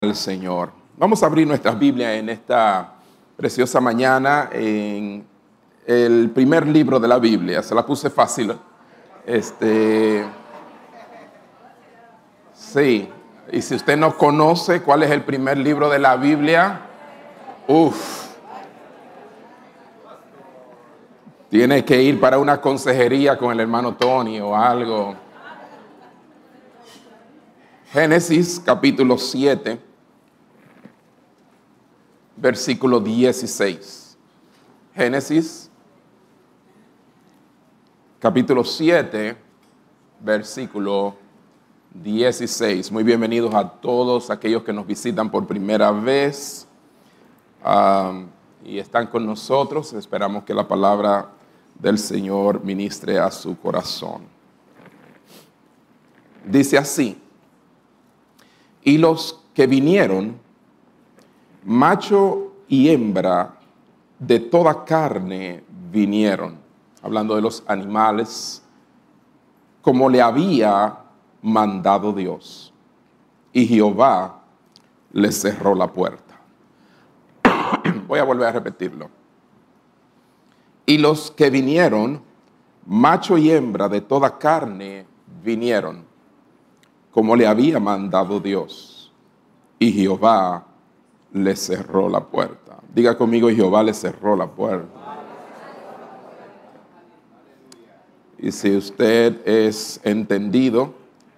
al Señor. Vamos a abrir nuestras Biblias en esta preciosa mañana en el primer libro de la Biblia. Se la puse fácil. Sí. Y si usted no conoce cuál es el primer libro de la Biblia, tiene que ir para una consejería con el hermano Tony o algo. Génesis capítulo 7. Versículo 16. Génesis, capítulo 7, versículo 16. Muy bienvenidos a todos aquellos que nos visitan por primera vez y están con nosotros. Esperamos que la palabra del Señor ministre a su corazón. Dice así: y los que vinieron, macho y hembra de toda carne vinieron, hablando de los animales, como le había mandado Dios. Y Jehová les cerró la puerta. Voy a volver a repetirlo. Y los que vinieron, macho y hembra de toda carne vinieron, como le había mandado Dios. Y Jehová le cerró la puerta. Diga conmigo: Jehová le cerró la puerta. Y si usted es entendido,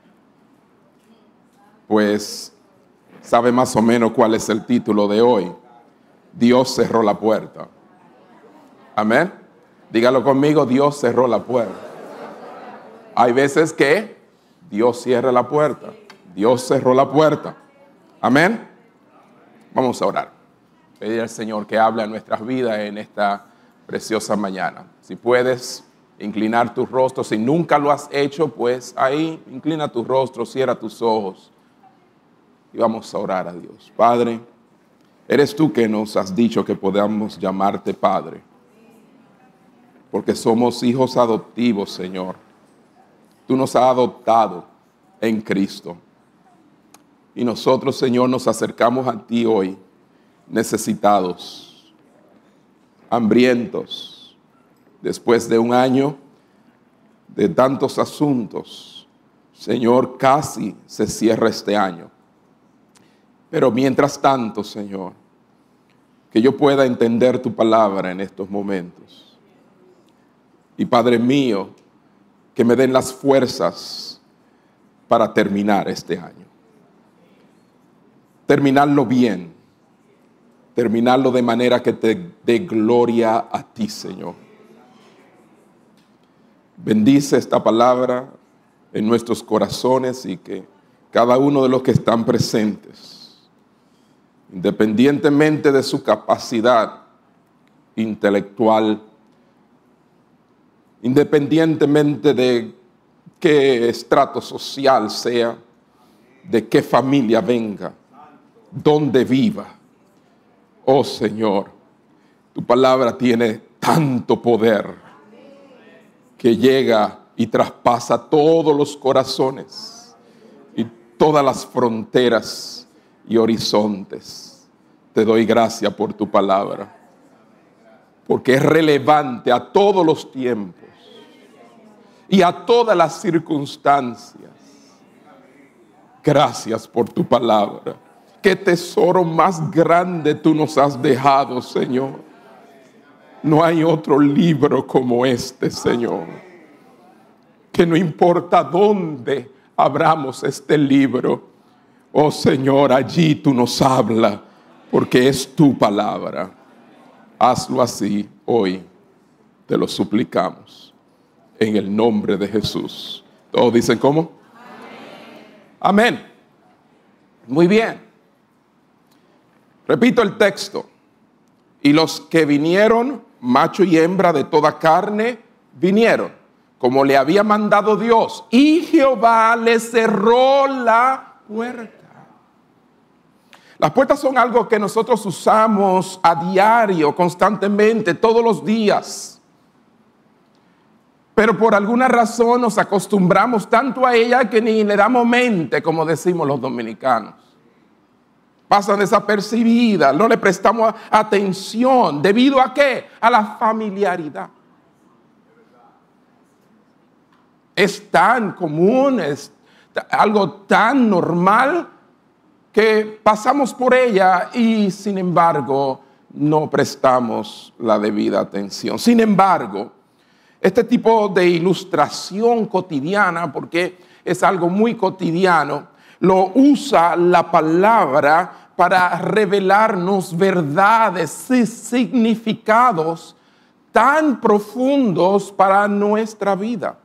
pues sabe más o menos cuál es el título de hoy. Dios cerró la puerta. Amén. Dígalo conmigo: Dios cerró la puerta. Hay veces que Dios cierra la puerta. Dios cerró la puerta. Amén. Vamos a orar. Pedir al Señor que hable a nuestras vidas en esta preciosa mañana. Si puedes inclinar tu rostro, si nunca lo has hecho, pues ahí inclina tu rostro, cierra tus ojos y vamos a orar a Dios. Padre, eres tú que nos has dicho que podamos llamarte Padre, porque somos hijos adoptivos, Señor. Tú nos has adoptado en Cristo. Y nosotros, Señor, nos acercamos a ti hoy, necesitados, hambrientos, después de un año de tantos asuntos. Señor, casi se cierra este año. Pero mientras tanto, Señor, que yo pueda entender tu palabra en estos momentos. Y Padre mío, que me den las fuerzas para terminar este año. Terminarlo bien, terminarlo de manera que te dé gloria a ti, Señor. Bendice esta palabra en nuestros corazones y que cada uno de los que están presentes, independientemente de su capacidad intelectual, independientemente de qué estrato social sea, de qué familia venga, donde viva. Oh Señor, tu palabra tiene tanto poder que llega y traspasa todos los corazones y todas las fronteras y horizontes. Te doy gracias por tu palabra, porque es relevante a todos los tiempos y a todas las circunstancias. Gracias por tu palabra. Qué tesoro más grande tú nos has dejado, Señor. No hay otro libro como este, Señor. Que no importa dónde abramos este libro, oh Señor, allí tú nos hablas, porque es tu palabra. Hazlo así hoy, te lo suplicamos, en el nombre de Jesús. Todos dicen ¿cómo? Amén. Amén. Muy bien. Repito el texto. Y los que vinieron, macho y hembra de toda carne, vinieron, como le había mandado Dios. Y Jehová les cerró la puerta. Las puertas son algo que nosotros usamos a diario, constantemente, todos los días. Pero por alguna razón nos acostumbramos tanto a ella que ni le damos mente, como decimos los dominicanos. pasan desapercibidas, no le prestamos atención. ¿Debido a qué? A la familiaridad. Es tan común, es algo tan normal que pasamos por ella y sin embargo no prestamos la debida atención. Sin embargo, este tipo de ilustración cotidiana, porque es algo muy cotidiano, lo usa la palabra para revelarnos verdades y significados tan profundos para nuestra vida.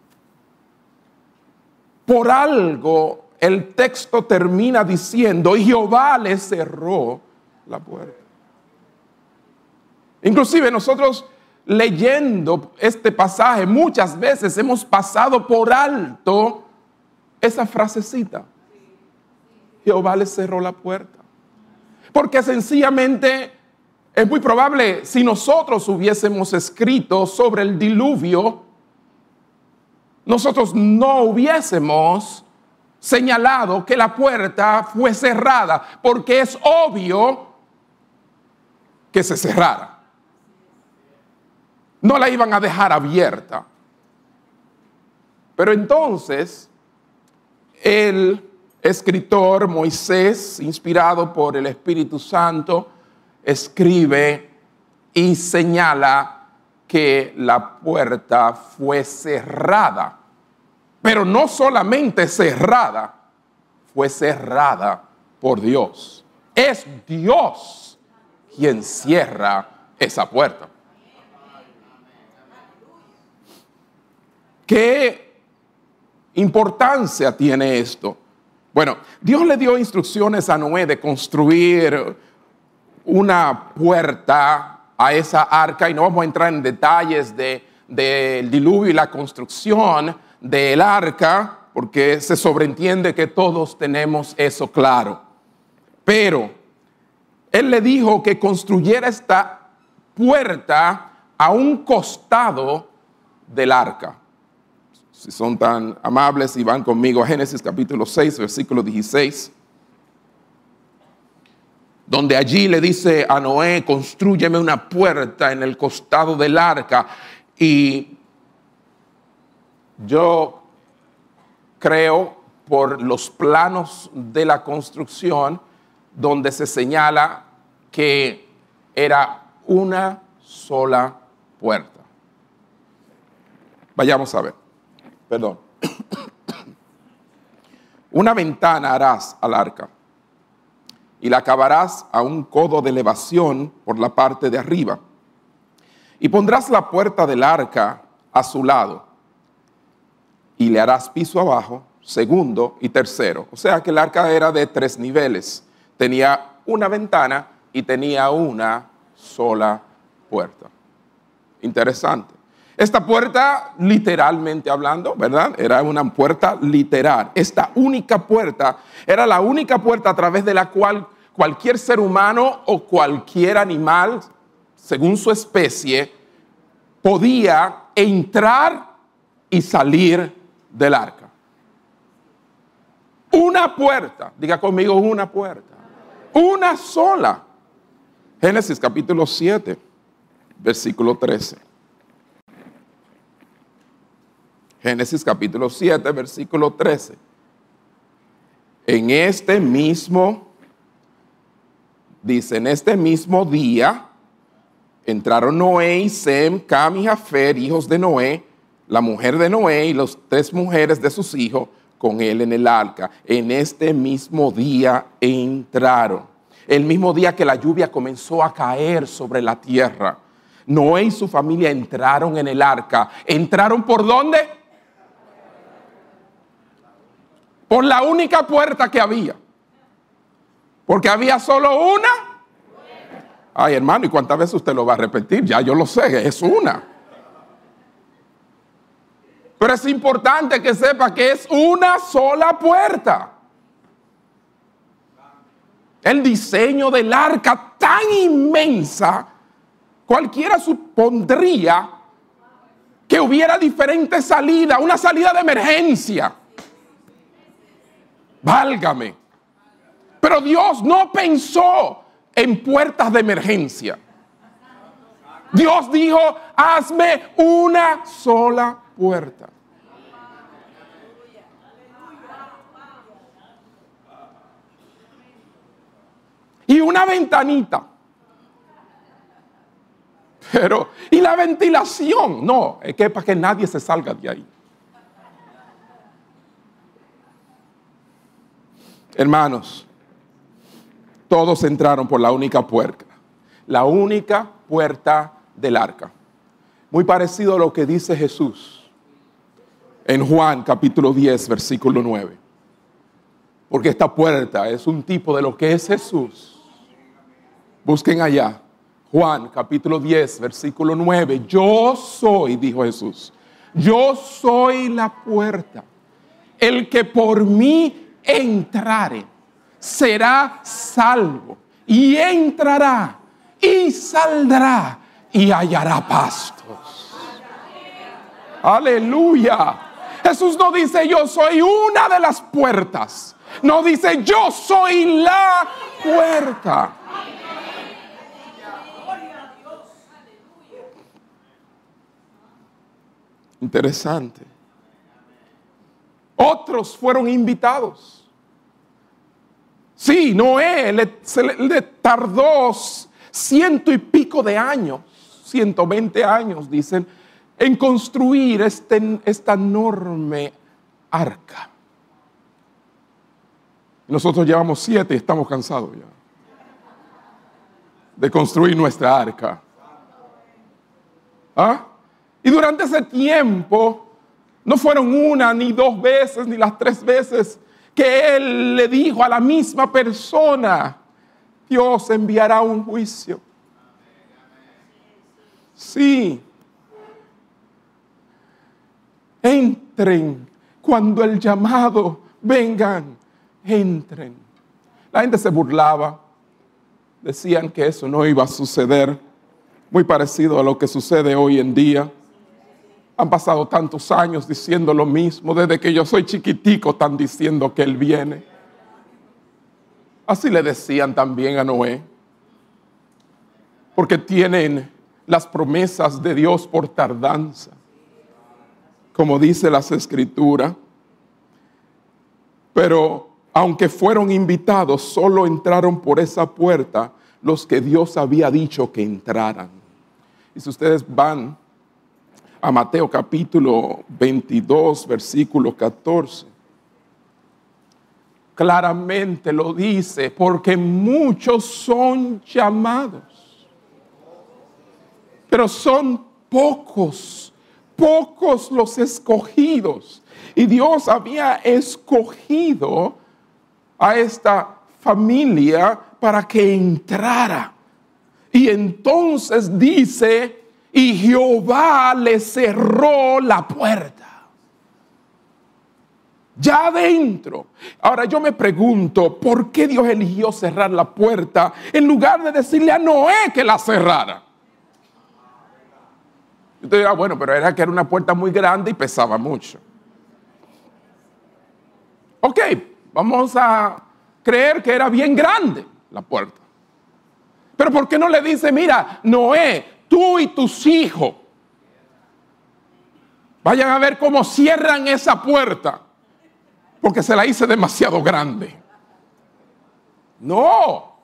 Por algo el texto termina diciendo, y Jehová le cerró la puerta. Inclusive nosotros leyendo este pasaje muchas veces hemos pasado por alto esa frasecita. Jehová le cerró la puerta. Porque sencillamente es muy probable si nosotros hubiésemos escrito sobre el diluvio, nosotros no hubiésemos señalado que la puerta fue cerrada, porque es obvio que se cerrara. No la iban a dejar abierta. Pero entonces, el escritor Moisés, inspirado por el Espíritu Santo, escribe y señala que la puerta fue cerrada. Pero no solamente cerrada, fue cerrada por Dios. Es Dios quien cierra esa puerta. ¿Qué importancia tiene esto? Bueno, Dios le dio instrucciones a Noé de construir una puerta a esa arca, y no vamos a entrar en detalles del diluvio y la construcción del arca, porque se sobreentiende que todos tenemos eso claro. Pero Él le dijo que construyera esta puerta a un costado del arca. Si son tan amables y van conmigo a Génesis capítulo 6, versículo 16, donde allí le dice a Noé, constrúyeme una puerta en el costado del arca. Y yo creo por los planos de la construcción, donde se señala que era una sola puerta. Vayamos a ver. Perdón. Una ventana harás al arca y la acabarás a un codo de elevación por la parte de arriba. Y pondrás la puerta del arca a su lado y le harás piso abajo, segundo y tercero. O sea que el arca era de 3 niveles. Tenía una ventana y tenía una sola puerta. Interesante. Esta puerta, literalmente hablando, ¿verdad? Era una puerta literal. Esta única puerta era la única puerta a través de la cual cualquier ser humano o cualquier animal, según su especie, podía entrar y salir del arca. Una puerta, diga conmigo, una puerta. Una sola. Génesis capítulo 7, versículo 13. Génesis capítulo 7, versículo 13. En este mismo día entraron Noé y Sem, Cam y Jafet, hijos de Noé, la mujer de Noé y las 3 mujeres de sus hijos con él en el arca. En este mismo día entraron. El mismo día que la lluvia comenzó a caer sobre la tierra, Noé y su familia entraron en el arca. ¿Entraron por dónde? Por la única puerta que había. Porque había solo una. Ay, hermano, ¿y cuántas veces usted lo va a repetir? Ya yo lo sé, es una. Pero es importante que sepa que es una sola puerta. El diseño del arca tan inmensa, cualquiera supondría que hubiera diferentes salidas, una salida de emergencia. Válgame. Pero Dios no pensó en puertas de emergencia. Dios dijo, hazme una sola puerta. Y una ventanita. Pero, ¿y la ventilación? No, es que es para que nadie se salga de ahí. Hermanos, todos entraron por la única puerta. La única puerta del arca. Muy parecido a lo que dice Jesús en Juan capítulo 10, versículo 9. Porque esta puerta es un tipo de lo que es Jesús. Busquen allá. Juan capítulo 10, versículo 9. Yo soy, dijo Jesús, yo soy la puerta. El que por mí entrare será salvo. Y entrará y saldrá y hallará pastos. Aleluya. Jesús no dice yo soy una de las puertas. No dice yo soy la puerta. Interesante. Otros fueron invitados. Sí, Noé le tardó 100 y pico de años, 120 años, dicen, en construir esta enorme arca. Nosotros llevamos 7 y estamos cansados ya de construir nuestra arca. ¿Ah? Y durante ese tiempo, no fueron una, ni 2 veces, ni las 3 veces que él le dijo a la misma persona, Dios enviará un juicio. Sí. Entren cuando el llamado vengan, entren. La gente se burlaba, decían que eso no iba a suceder, muy parecido a lo que sucede hoy en día. Han pasado tantos años diciendo lo mismo, desde que yo soy chiquitico están diciendo que Él viene. Así le decían también a Noé, porque tienen las promesas de Dios por tardanza, como dice las Escrituras. Pero aunque fueron invitados, solo entraron por esa puerta los que Dios había dicho que entraran. Y si ustedes van a Mateo capítulo 22, versículo 14, claramente lo dice, porque muchos son llamados, pero son pocos los escogidos. Y Dios había escogido a esta familia para que entrara. Y entonces dice, y Jehová le cerró la puerta. Ya adentro. Ahora yo me pregunto, ¿por qué Dios eligió cerrar la puerta en lugar de decirle a Noé que la cerrara? Usted dirá, bueno, pero era que era una puerta muy grande y pesaba mucho. Ok, vamos a creer que era bien grande la puerta. Pero ¿por qué no le dice, mira, Noé, tú y tus hijos vayan a ver cómo cierran esa puerta? Porque se la hice demasiado grande. No.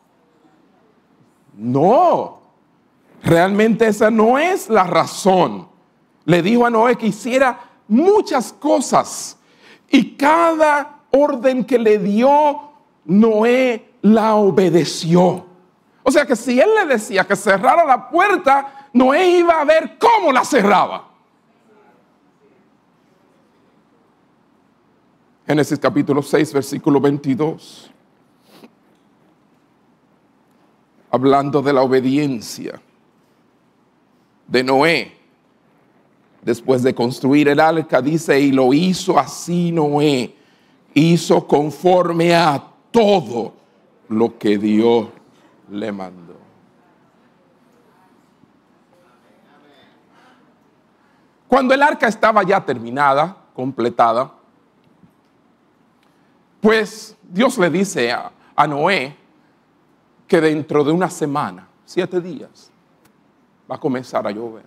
Realmente esa no es la razón. Le dijo a Noé que hiciera muchas cosas. Y cada orden que le dio, Noé la obedeció. O sea que si él le decía que cerrara la puerta, Noé iba a ver cómo la cerraba. Génesis capítulo 6, versículo 22. Hablando de la obediencia de Noé. Después de construir el arca, dice, y lo hizo así Noé. Hizo conforme a todo lo que Dios le mandó. Cuando el arca estaba ya terminada, completada, pues Dios le dice a a Noé que dentro de una semana, 7 días, va a comenzar a llover.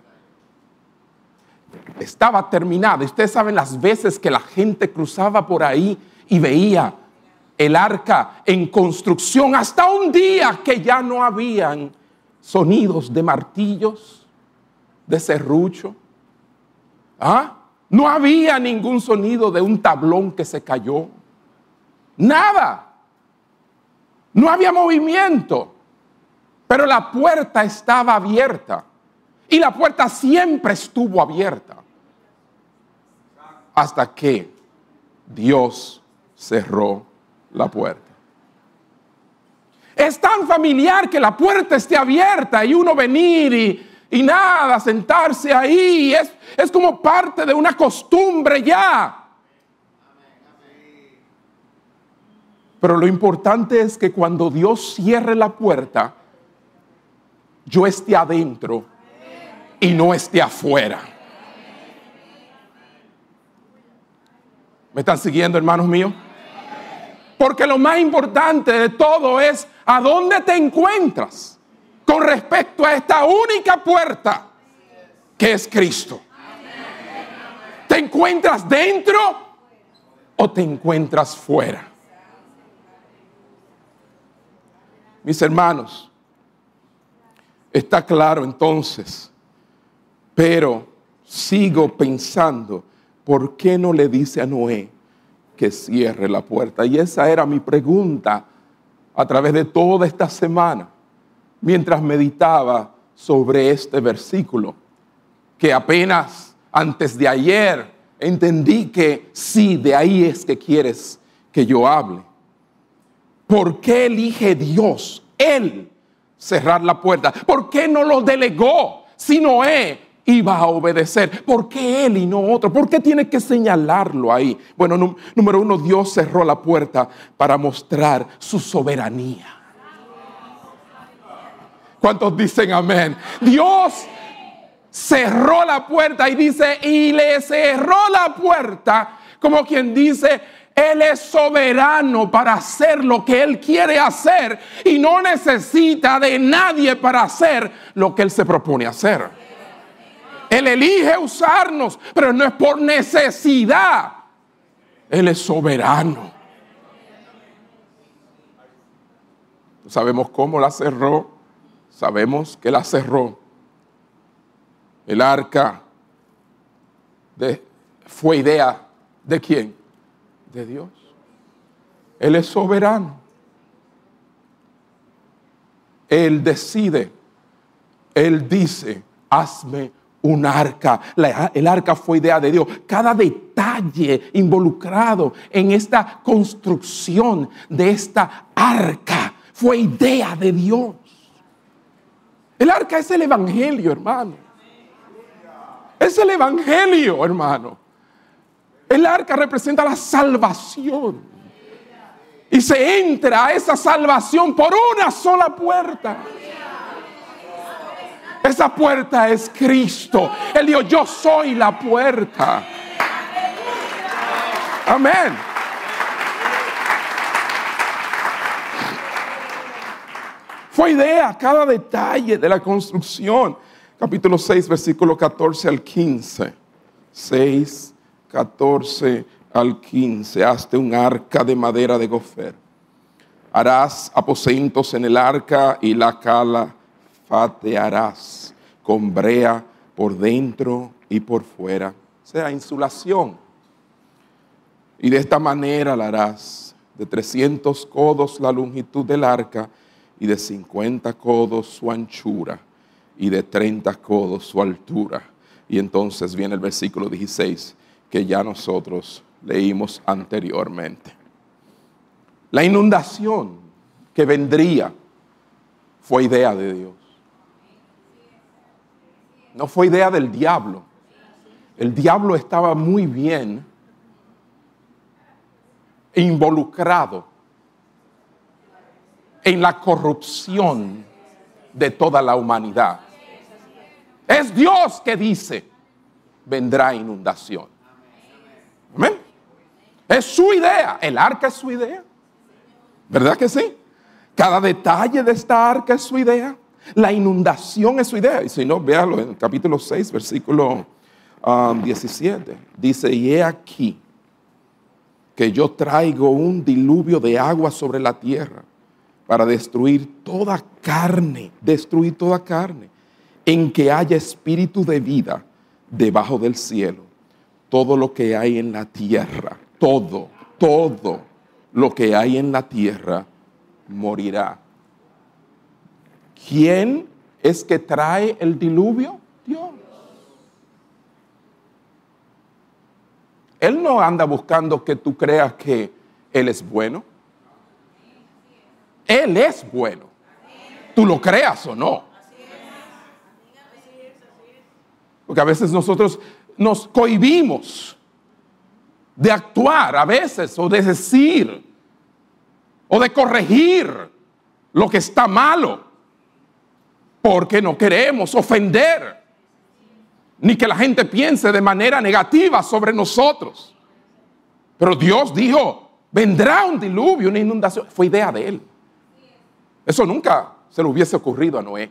Estaba terminada. Ustedes saben las veces que la gente cruzaba por ahí y veía el arca en construcción, hasta un día que ya no habían sonidos de martillos, de serrucho. No había ningún sonido de un tablón que se cayó. Nada. No había movimiento. Pero la puerta estaba abierta. Y la puerta siempre estuvo abierta. Hasta que Dios cerró la puerta. Es tan familiar que la puerta esté abierta y uno venir y nada, sentarse ahí. Es como parte de una costumbre ya. Pero lo importante es que cuando Dios cierre la puerta, yo esté adentro y no esté afuera. ¿Me están siguiendo, hermanos míos? Porque lo más importante de todo es a dónde te encuentras con respecto a esta única puerta que es Cristo. ¿Te encuentras dentro o te encuentras fuera? Mis hermanos, está claro entonces, pero sigo pensando, ¿por qué no le dice a Noé que cierre la puerta? Y esa era mi pregunta a través de toda esta semana, mientras meditaba sobre este versículo, que apenas antes de ayer entendí que sí, de ahí es que quieres que yo hable. ¿Por qué elige Dios, Él, cerrar la puerta? ¿Por qué no lo delegó si Noé iba a obedecer? ¿Por qué él y no otro? ¿Por qué tiene que señalarlo ahí? Bueno, número uno, Dios cerró la puerta para mostrar su soberanía. ¿Cuántos dicen amén? Dios cerró la puerta y dice, y le cerró la puerta, como quien dice, Él es soberano para hacer lo que Él quiere hacer y no necesita de nadie para hacer lo que Él se propone hacer. Él elige usarnos, pero no es por necesidad. Él es soberano. Sabemos cómo la cerró. Sabemos que la cerró. El arca fue idea ¿de quién? De Dios. Él es soberano. Él decide. Él dice, hazme un arca. El arca fue idea de Dios. Cada detalle involucrado en esta construcción de esta arca fue idea de Dios. El arca es el evangelio, hermano. Es el evangelio, hermano. El arca representa la salvación. Y se entra a esa salvación por una sola puerta. Esa puerta es Cristo. Él dijo, yo soy la puerta. Amén. Fue idea, cada detalle de la construcción. Capítulo 6, versículo 14 al 15. 6, 14 al 15. Hazte un arca de madera de gofer. Harás aposentos en el arca y la calafatearás con brea por dentro y por fuera. O sea, insulación. Y de esta manera la harás. De 300 codos la longitud del arca y de 50 codos su anchura y de 30 codos su altura. Y entonces viene el versículo 16 que ya nosotros leímos anteriormente. La inundación que vendría fue idea de Dios. No fue idea del diablo. El diablo estaba muy bien involucrado en la corrupción de toda la humanidad. Es Dios que dice, vendrá inundación. Amén. Es su idea. El arca es su idea. ¿Verdad que sí? Cada detalle de esta arca es su idea. La inundación es su idea. Y si no, véalo en el capítulo 6, versículo 17. Dice, y he aquí que yo traigo un diluvio de agua sobre la tierra para destruir toda carne, en que haya espíritu de vida debajo del cielo. Todo lo que hay en la tierra, todo lo que hay en la tierra morirá. ¿Quién es que trae el diluvio? Dios. Él no anda buscando que tú creas que Él es bueno. Él es bueno. Tú lo creas o no. Porque a veces nosotros nos cohibimos de actuar, a veces, o de decir, o de corregir lo que está malo, porque no queremos ofender, ni que la gente piense de manera negativa sobre nosotros. Pero Dios dijo, vendrá un diluvio, una inundación. Fue idea de Él. Eso nunca se le hubiese ocurrido a Noé.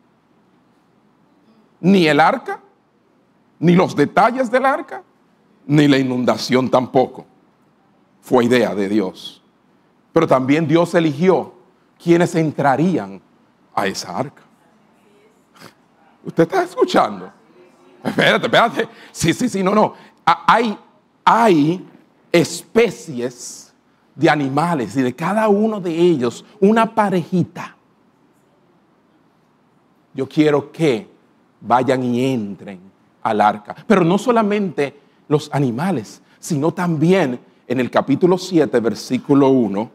Ni el arca, ni los detalles del arca, ni la inundación tampoco. Fue idea de Dios. Pero también Dios eligió quienes entrarían a esa arca. ¿Usted está escuchando? Espérate. Sí, no. Hay especies de animales y de cada uno de ellos una parejita. Yo quiero que vayan y entren al arca. Pero no solamente los animales, sino también en el capítulo 7, versículo 1,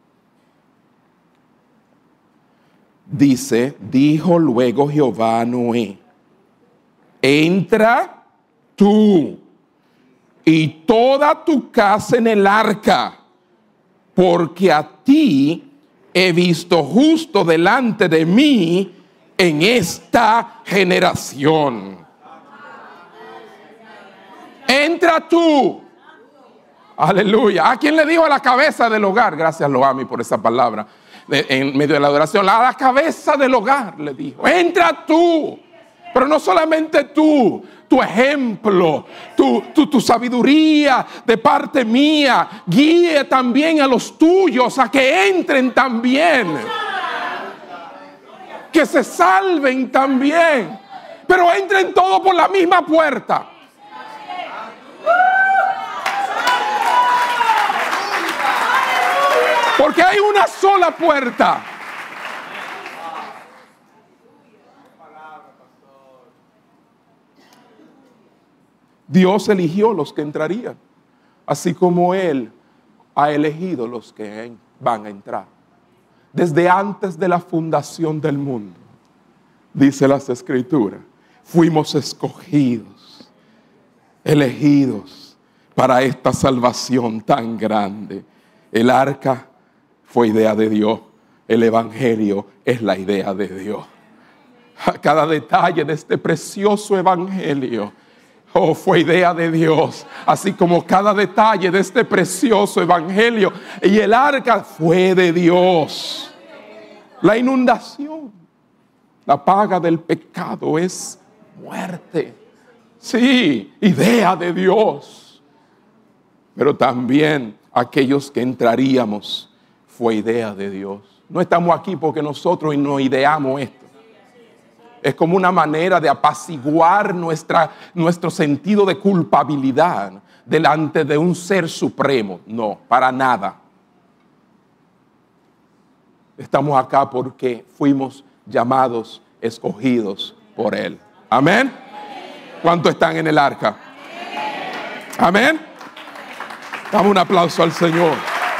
dice, dijo luego Jehová a Noé, entra tú y toda tu casa en el arca, porque a ti he visto justo delante de mí en esta generación. Entra tú. Aleluya. ¿A quién le dijo a la cabeza del hogar? Gracias, Loami, por esa palabra. En medio de la adoración, a la cabeza del hogar le dijo, entra tú. Pero no solamente tú, tu ejemplo, tu sabiduría de parte mía, guíe también a los tuyos a que entren también. Que se salven también. Pero entren todos por la misma puerta. Porque hay una sola puerta. Dios eligió los que entrarían, así como Él ha elegido los que van a entrar. Desde antes de la fundación del mundo, dice las Escrituras, fuimos escogidos, elegidos para esta salvación tan grande. El arca fue idea de Dios. El evangelio es la idea de Dios. Cada detalle de este precioso evangelio, fue idea de Dios. Así como cada detalle de este precioso evangelio y el arca fue de Dios. La inundación, la paga del pecado es muerte. Sí, idea de Dios. Pero también aquellos que entraríamos fue idea de Dios. No estamos aquí porque nosotros nos ideamos esto. Es como una manera de apaciguar nuestro sentido de culpabilidad delante de un ser supremo. No, para nada. Estamos acá porque fuimos llamados, escogidos por Él. Amén. ¿Cuántos están en el arca? Amén. Damos un aplauso al Señor.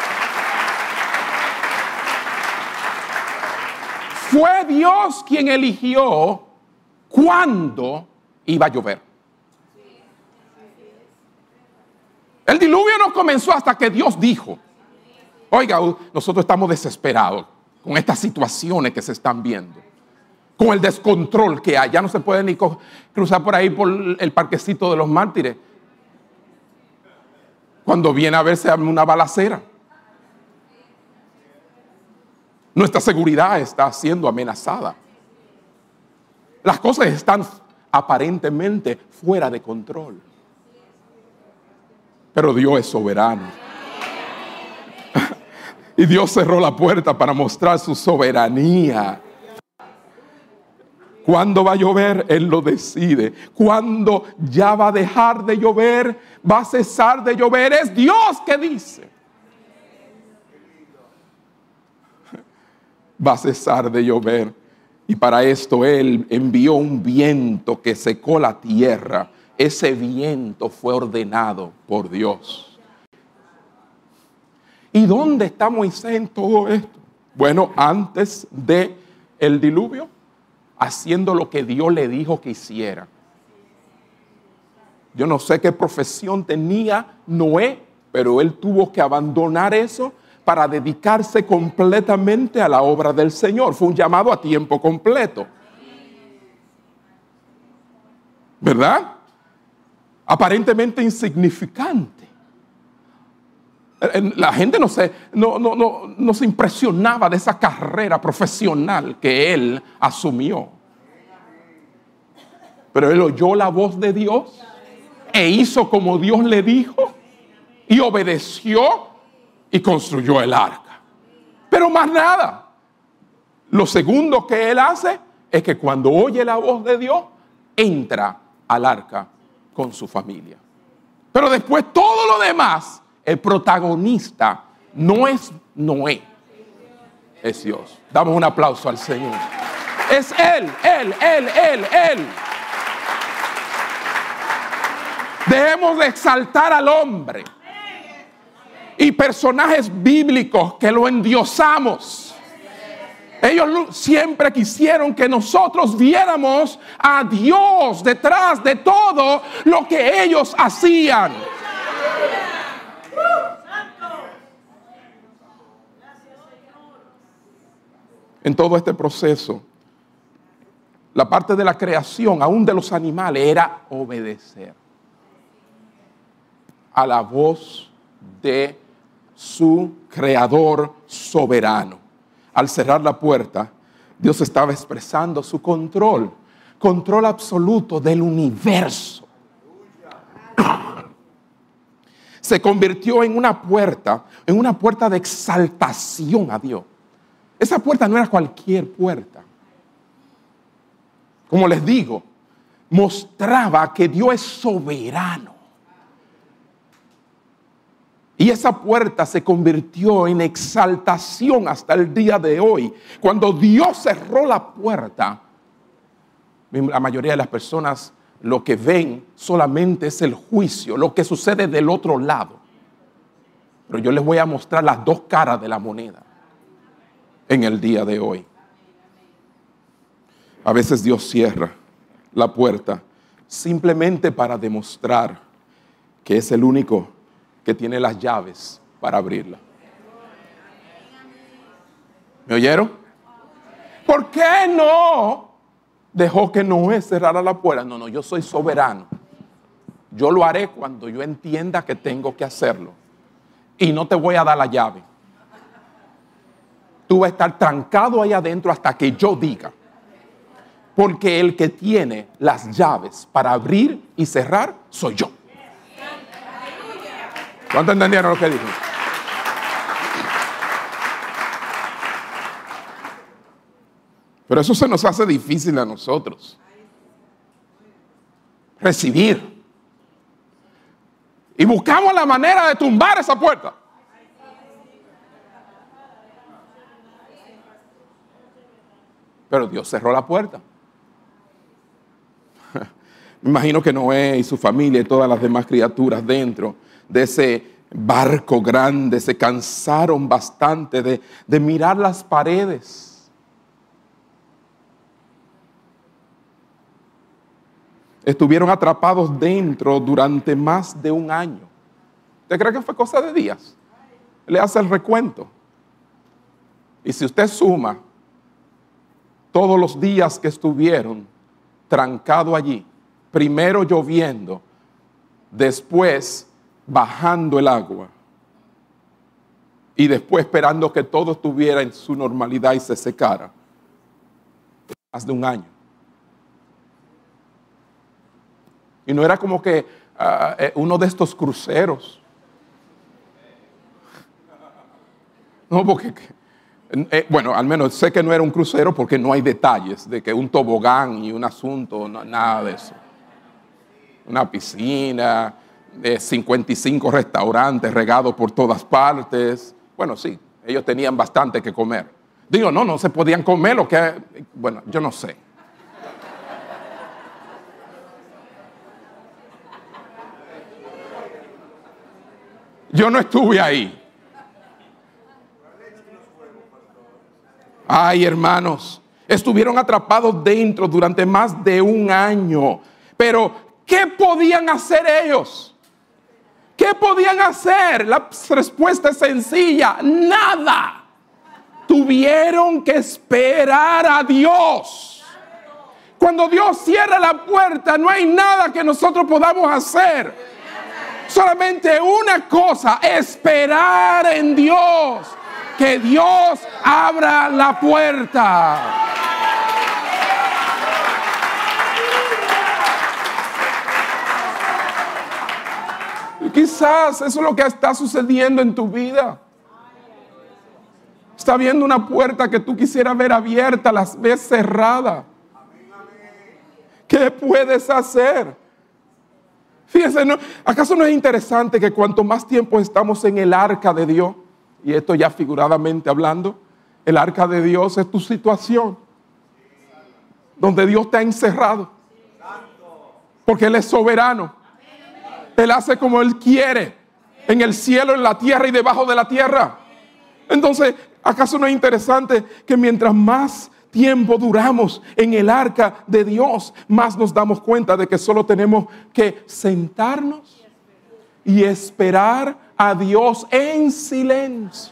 Fue Dios quien eligió cuándo iba a llover. El diluvio no comenzó hasta que Dios dijo, oiga, nosotros estamos desesperados con estas situaciones que se están viendo, con el descontrol que hay. Ya no se puede ni cruzar por ahí por el parquecito de los mártires. Cuando viene a verse una balacera. Nuestra seguridad está siendo amenazada. Las cosas están aparentemente fuera de control. Pero Dios es soberano. Y Dios cerró la puerta para mostrar su soberanía. ¿Cuándo va a llover? Él lo decide. ¿Cuándo ya va a dejar de llover? ¿Va a cesar de llover? Es Dios que dice. Va a cesar de llover. Y para esto Él envió un viento que secó la tierra. Ese viento fue ordenado por Dios. ¿Y dónde está Moisés en todo esto? Bueno, antes del diluvio, haciendo lo que Dios le dijo que hiciera. Yo no sé qué profesión tenía Noé, pero él tuvo que abandonar eso para dedicarse completamente a la obra del Señor. Fue un llamado a tiempo completo. ¿Verdad? Aparentemente insignificante. La gente no se impresionaba de esa carrera profesional que él asumió. Pero él oyó la voz de Dios e hizo como Dios le dijo y obedeció y construyó el arca. Pero más nada. Lo segundo que él hace es que cuando oye la voz de Dios, entra al arca con su familia. Pero después todo lo demás, el protagonista no es Noé, es Dios. Damos un aplauso al Señor. Es Él. Debemos de exaltar al hombre y personajes bíblicos que lo endiosamos. Ellos siempre quisieron que nosotros viéramos a Dios detrás de todo lo que ellos hacían. En todo este proceso, la parte de la creación, aún de los animales, era obedecer a la voz de su creador soberano. Al cerrar la puerta, Dios estaba expresando su control absoluto del universo. Se convirtió en una puerta de exaltación a Dios. Esa puerta no era cualquier puerta. Como les digo, mostraba que Dios es soberano. Y esa puerta se convirtió en exaltación hasta el día de hoy. Cuando Dios cerró la puerta, la mayoría de las personas lo que ven solamente es el juicio, lo que sucede del otro lado. Pero yo les voy a mostrar las dos caras de la moneda en el día de hoy. A veces Dios cierra la puerta simplemente para demostrar que es el único que tiene las llaves para abrirla. ¿Me oyeron? ¿Por qué no dejó que Noé cerrara la puerta? No, yo soy soberano. Yo lo haré cuando yo entienda que tengo que hacerlo. Y no te voy a dar la llave. Tú vas a estar trancado ahí adentro hasta que yo diga. Porque el que tiene las llaves para abrir y cerrar soy yo. ¿Cuánto entendieron lo que dije? Pero eso se nos hace difícil a nosotros. Recibir. Y buscamos la manera de tumbar esa puerta. Pero Dios cerró la puerta. Me imagino que Noé y su familia y todas las demás criaturas dentro de ese barco grande se cansaron bastante de mirar las paredes. Estuvieron atrapados dentro durante más de un año. ¿Usted cree que fue cosa de días? Le hace el recuento. Y si usted suma todos los días que estuvieron trancados allí, primero lloviendo, después bajando el agua, y después esperando que todo estuviera en su normalidad y se secara. Más de un año. Y no era como que uno de estos cruceros. No, porque, bueno, al menos sé que no era un crucero porque no hay detalles de que un tobogán y un asunto, no, nada de eso. Una piscina, 55 restaurantes regados por todas partes. Bueno, sí, ellos tenían bastante que comer. Digo, no se podían comer lo que... Bueno, yo no sé. Yo no estuve ahí. Ay, hermanos, estuvieron atrapados dentro durante más de un año. Pero, ¿qué podían hacer ellos? ¿Qué podían hacer? La respuesta es sencilla: nada. Tuvieron que esperar a Dios. Cuando Dios cierra la puerta, no hay nada que nosotros podamos hacer. Solamente una cosa: esperar en Dios. Que Dios abra la puerta. Y quizás eso es lo que está sucediendo en tu vida. Está viendo una puerta que tú quisieras ver abierta, las ves cerrada. ¿Qué puedes hacer? Fíjense, ¿acaso no es interesante que cuanto más tiempo estamos en el arca de Dios, y esto ya figuradamente hablando, el arca de Dios es tu situación, donde Dios te ha encerrado, porque Él es soberano. Él hace como Él quiere, en el cielo, en la tierra y debajo de la tierra. Entonces, ¿acaso no es interesante que mientras más tiempo duramos en el arca de Dios, más nos damos cuenta de que solo tenemos que sentarnos y esperar a Dios en silencio?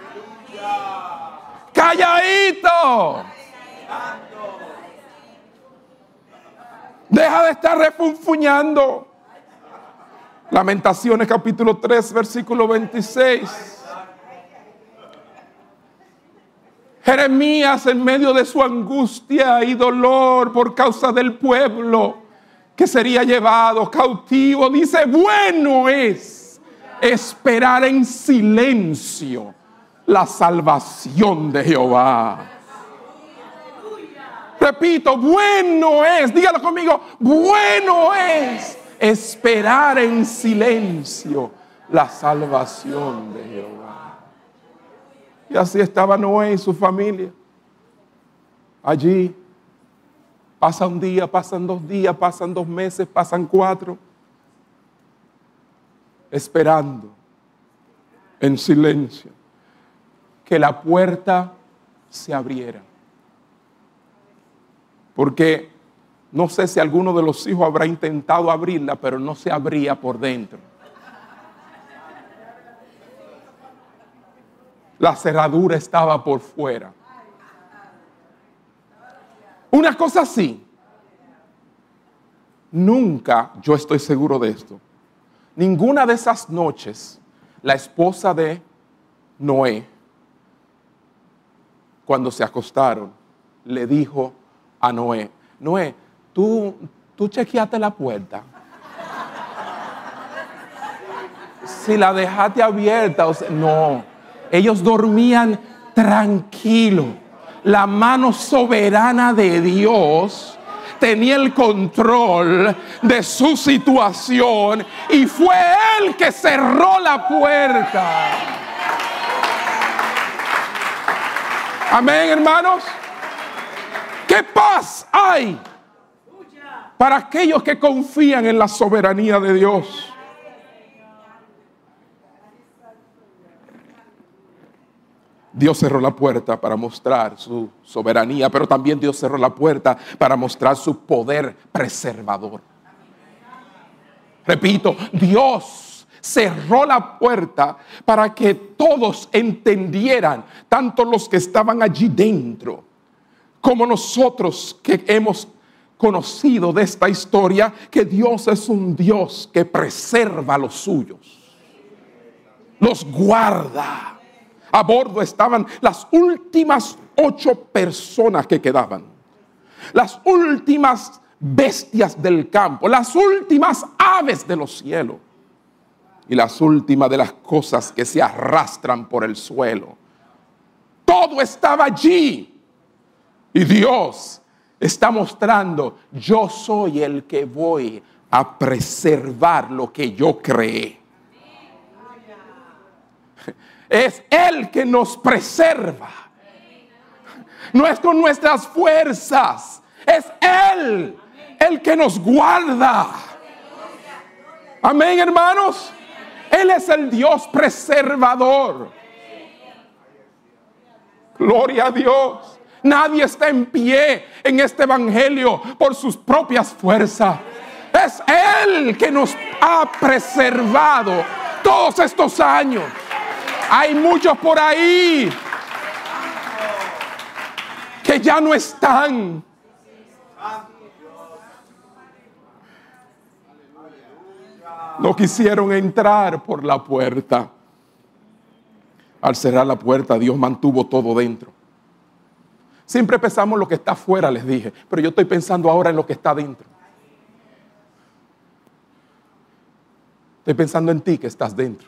¡Calladito! Deja de estar refunfuñando. Lamentaciones capítulo 3, versículo 26. Jeremías, en medio de su angustia y dolor por causa del pueblo que sería llevado cautivo, dice: bueno es esperar en silencio la salvación de Jehová. Repito, bueno es, dígalo conmigo, bueno es esperar en silencio la salvación de Jehová. Y así estaba Noé y su familia. Allí pasa un día, pasan 2 días, pasan 2 meses, pasan 4. Esperando en silencio que la puerta se abriera. Porque no sé si alguno de los hijos habrá intentado abrirla, pero no se abría por dentro. La cerradura estaba por fuera. Una cosa sí, nunca, yo estoy seguro de esto, ninguna de esas noches, la esposa de Noé, cuando se acostaron, le dijo a Noé: Noé, tú chequeaste la puerta. Si la dejaste abierta, o sea, no. Ellos dormían tranquilos. La mano soberana de Dios tenía el control de su situación y fue Él que cerró la puerta. Amén, hermanos. ¿Qué paz hay para aquellos que confían en la soberanía de Dios? Dios cerró la puerta para mostrar su soberanía, pero también Dios cerró la puerta para mostrar su poder preservador. Repito, Dios cerró la puerta para que todos entendieran, tanto los que estaban allí dentro, como nosotros que hemos conocido de esta historia, que Dios es un Dios que preserva a los suyos, los guarda. A bordo estaban las últimas 8 personas que quedaban. Las últimas bestias del campo, las últimas aves de los cielos y las últimas de las cosas que se arrastran por el suelo. Todo estaba allí. Y Dios está mostrando: yo soy el que voy a preservar lo que yo creé. Es Él que nos preserva. No es con nuestras fuerzas. Es Él el que nos guarda. Amén, hermanos. Él es el Dios preservador. Gloria a Dios. Nadie está en pie en este evangelio por sus propias fuerzas. Es Él que nos ha preservado todos estos años. Hay muchos por ahí que ya no están. No quisieron entrar por la puerta. Al cerrar la puerta, Dios mantuvo todo dentro. Siempre pensamos en lo que está afuera, les dije, pero yo estoy pensando ahora en lo que está dentro. Estoy pensando en ti que estás dentro.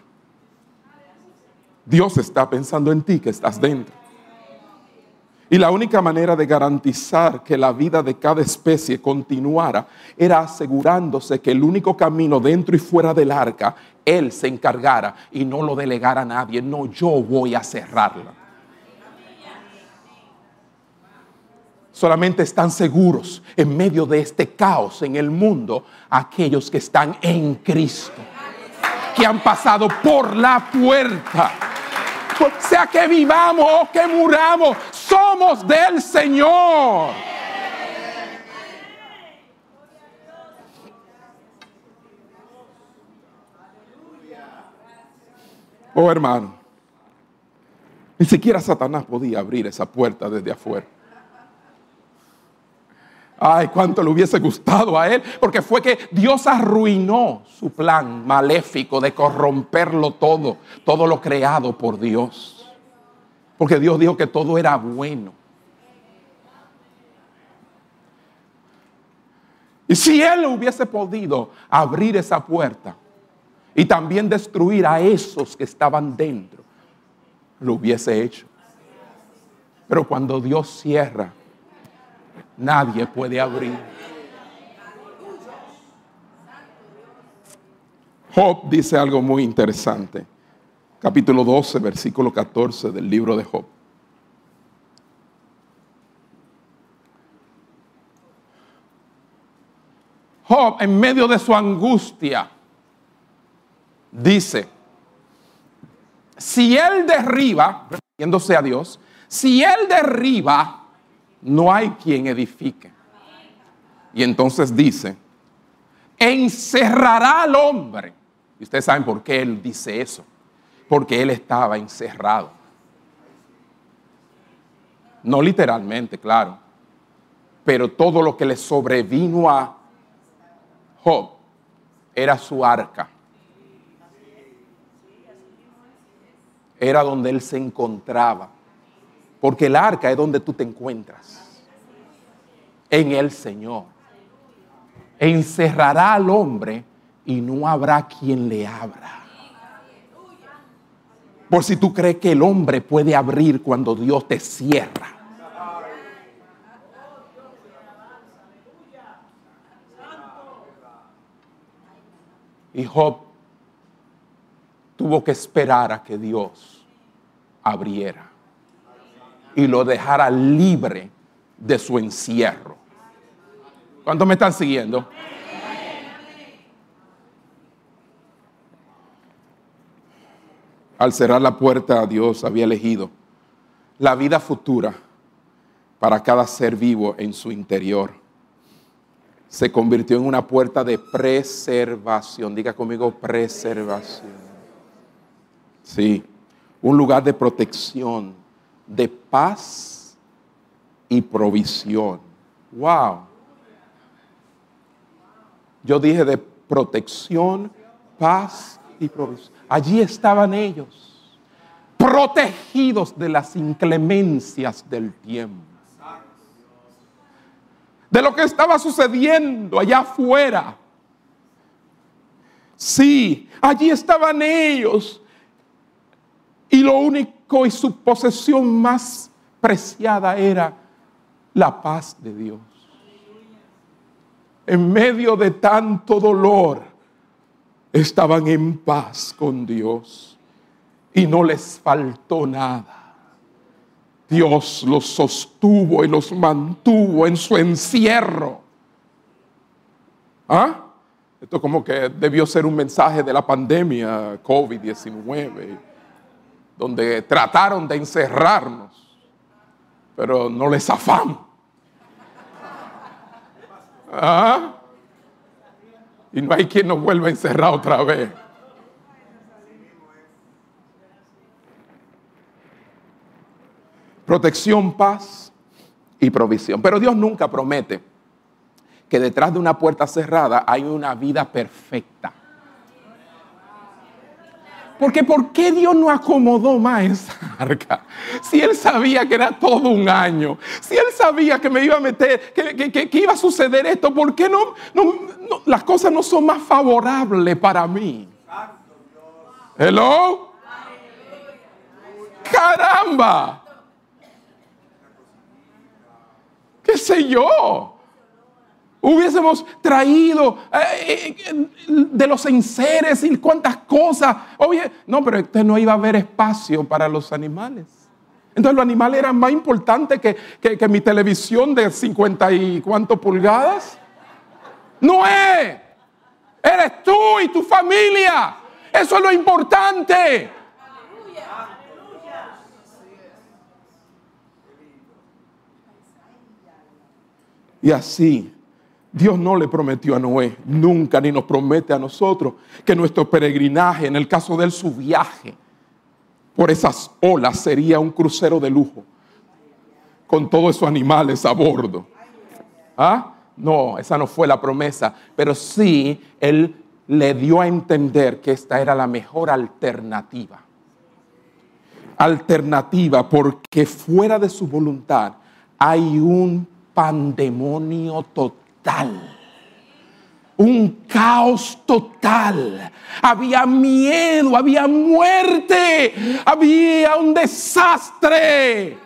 Dios está pensando en ti que estás dentro. Y la única manera de garantizar que la vida de cada especie continuara era asegurándose que el único camino dentro y fuera del arca, Él se encargara y no lo delegara a nadie. No, yo voy a cerrarla. Solamente están seguros en medio de este caos en el mundo aquellos que están en Cristo, que han pasado por la puerta. Sea que vivamos o que muramos, somos del Señor. Oh, hermano, ni siquiera Satanás podía abrir esa puerta desde afuera. Ay, cuánto le hubiese gustado a él, porque fue que Dios arruinó su plan maléfico de corromperlo todo lo creado por Dios. Porque Dios dijo que todo era bueno. Y si Él hubiese podido abrir esa puerta y también destruir a esos que estaban dentro, lo hubiese hecho. Pero cuando Dios cierra, nadie puede abrir. Job dice algo muy interesante. Capítulo 12, versículo 14 del libro de Job. Job, en medio de su angustia, dice: si Él derriba, refiriéndose a Dios, si Él derriba, no hay quien edifique. Y entonces dice: encerrará al hombre. Y ustedes saben por qué Él dice eso. Porque Él estaba encerrado. No literalmente, claro. Pero todo lo que le sobrevino a Job era su arca. Era donde él se encontraba. Porque el arca es donde tú te encuentras. En el Señor. Encerrará al hombre y no habrá quien le abra. Por si tú crees que el hombre puede abrir cuando Dios te cierra. Y Job tuvo que esperar a que Dios abriera y lo dejara libre de su encierro. ¿Cuántos me están siguiendo? Al cerrar la puerta, Dios había elegido la vida futura para cada ser vivo en su interior. Se convirtió en una puerta de preservación. Diga conmigo, preservación. Sí, un lugar de protección, de paz y provisión. Wow. Yo dije de protección, paz y provisión. Allí estaban ellos, protegidos de las inclemencias del tiempo, de lo que estaba sucediendo allá afuera. Sí, allí estaban ellos, y lo único y su posesión más preciada era la paz de Dios. En medio de tanto dolor, estaban en paz con Dios y no les faltó nada. Dios los sostuvo y los mantuvo en su encierro. ¿Ah? Esto como que debió ser un mensaje de la pandemia COVID-19, donde trataron de encerrarnos, pero no les zafamos. ¿Ah? Y no hay quien nos vuelva a encerrar otra vez. Protección, paz y provisión. Pero Dios nunca promete que detrás de una puerta cerrada hay una vida perfecta. Porque ¿por qué Dios no acomodó más esa arca? Si Él sabía que era todo un año, si Él sabía que me iba a meter, que iba a suceder esto, ¿por qué no las cosas no son más favorables para mí? ¿Hello? ¡Caramba! ¿Qué sé yo? Hubiésemos traído de los enseres y cuántas cosas. Oye, no, pero no iba a haber espacio para los animales. Entonces los animales eran más importantes que mi televisión de 50 y cuánto pulgadas. No es. Eres tú y tu familia. Eso es lo importante. Y así, Dios no le prometió a Noé, nunca, ni nos promete a nosotros, que nuestro peregrinaje, en el caso de él, su viaje por esas olas sería un crucero de lujo, con todos esos animales a bordo. ¿Ah? No, esa no fue la promesa, pero sí, él le dio a entender que esta era la mejor alternativa. Alternativa, porque fuera de su voluntad hay un pandemonio total, un caos total. Había miedo, había muerte, había un desastre.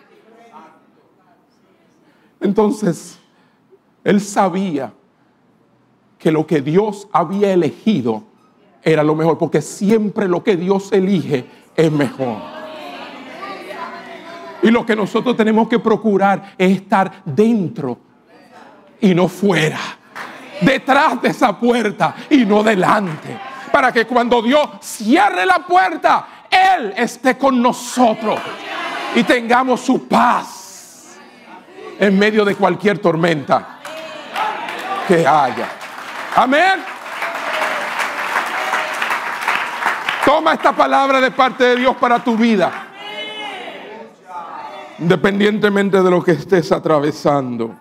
Entonces, él sabía que lo que Dios había elegido era lo mejor, porque siempre lo que Dios elige es mejor. Y lo que nosotros tenemos que procurar es estar dentro y no fuera. Detrás de esa puerta y no delante. Para que cuando Dios cierre la puerta, Él esté con nosotros y tengamos su paz en medio de cualquier tormenta que haya. Amén. Toma esta palabra de parte de Dios para tu vida. Independientemente de lo que estés atravesando,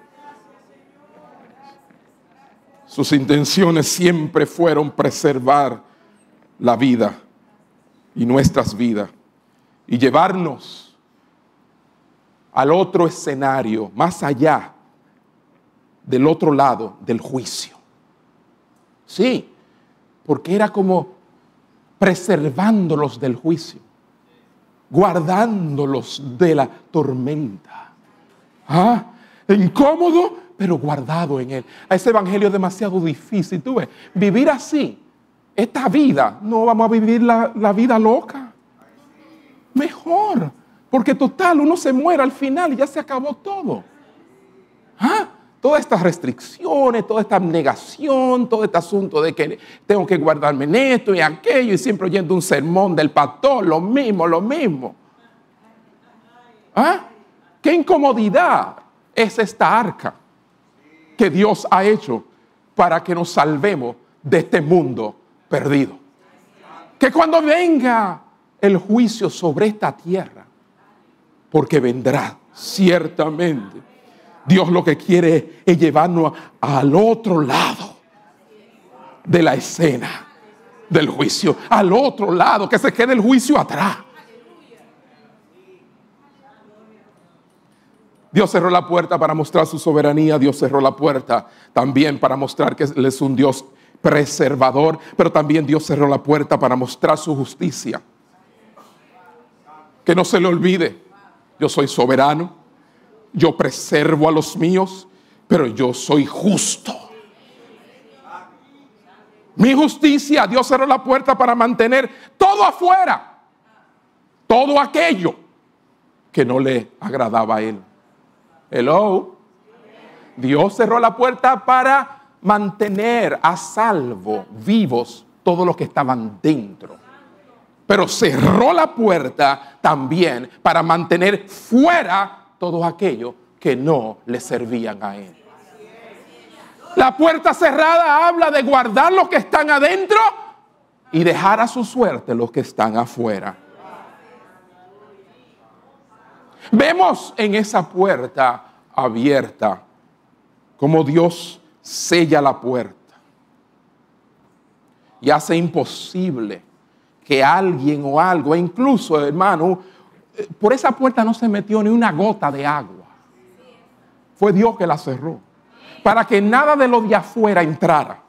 sus intenciones siempre fueron preservar la vida y nuestras vidas y llevarnos al otro escenario, más allá del otro lado del juicio. Sí, porque era como preservándolos del juicio, guardándolos de la tormenta. ¿Ah? Incómodo, pero guardado en Él. Ese evangelio es demasiado difícil. Tú ves, vivir así, esta vida, no vamos a vivir la vida loca. Mejor, porque total, uno se muere al final y ya se acabó todo. ¿Ah? Todas estas restricciones, toda esta abnegación, todo este asunto de que tengo que guardarme en esto y aquello y siempre oyendo un sermón del pastor, lo mismo. ¿Ah? ¿Qué incomodidad es esta arca que Dios ha hecho para que nos salvemos de este mundo perdido? Que cuando venga el juicio sobre esta tierra, porque vendrá ciertamente, Dios lo que quiere es llevarnos al otro lado de la escena del juicio, al otro lado, que se quede el juicio atrás. Dios cerró la puerta para mostrar su soberanía. Dios cerró la puerta también para mostrar que Él es un Dios preservador. Pero también Dios cerró la puerta para mostrar su justicia. Que no se le olvide, yo soy soberano, yo preservo a los míos, pero yo soy justo. Mi justicia, Dios cerró la puerta para mantener todo afuera, todo aquello que no le agradaba a Él. Hello. Dios cerró la puerta para mantener a salvo, vivos, todos los que estaban dentro. Pero cerró la puerta también para mantener fuera todos aquellos que no le servían a Él. La puerta cerrada habla de guardar los que están adentro y dejar a su suerte los que están afuera. Vemos en esa puerta abierta cómo Dios sella la puerta y hace imposible que alguien o algo, e incluso, hermano, por esa puerta no se metió ni una gota de agua. Fue Dios que la cerró, para que nada de lo de afuera entrara.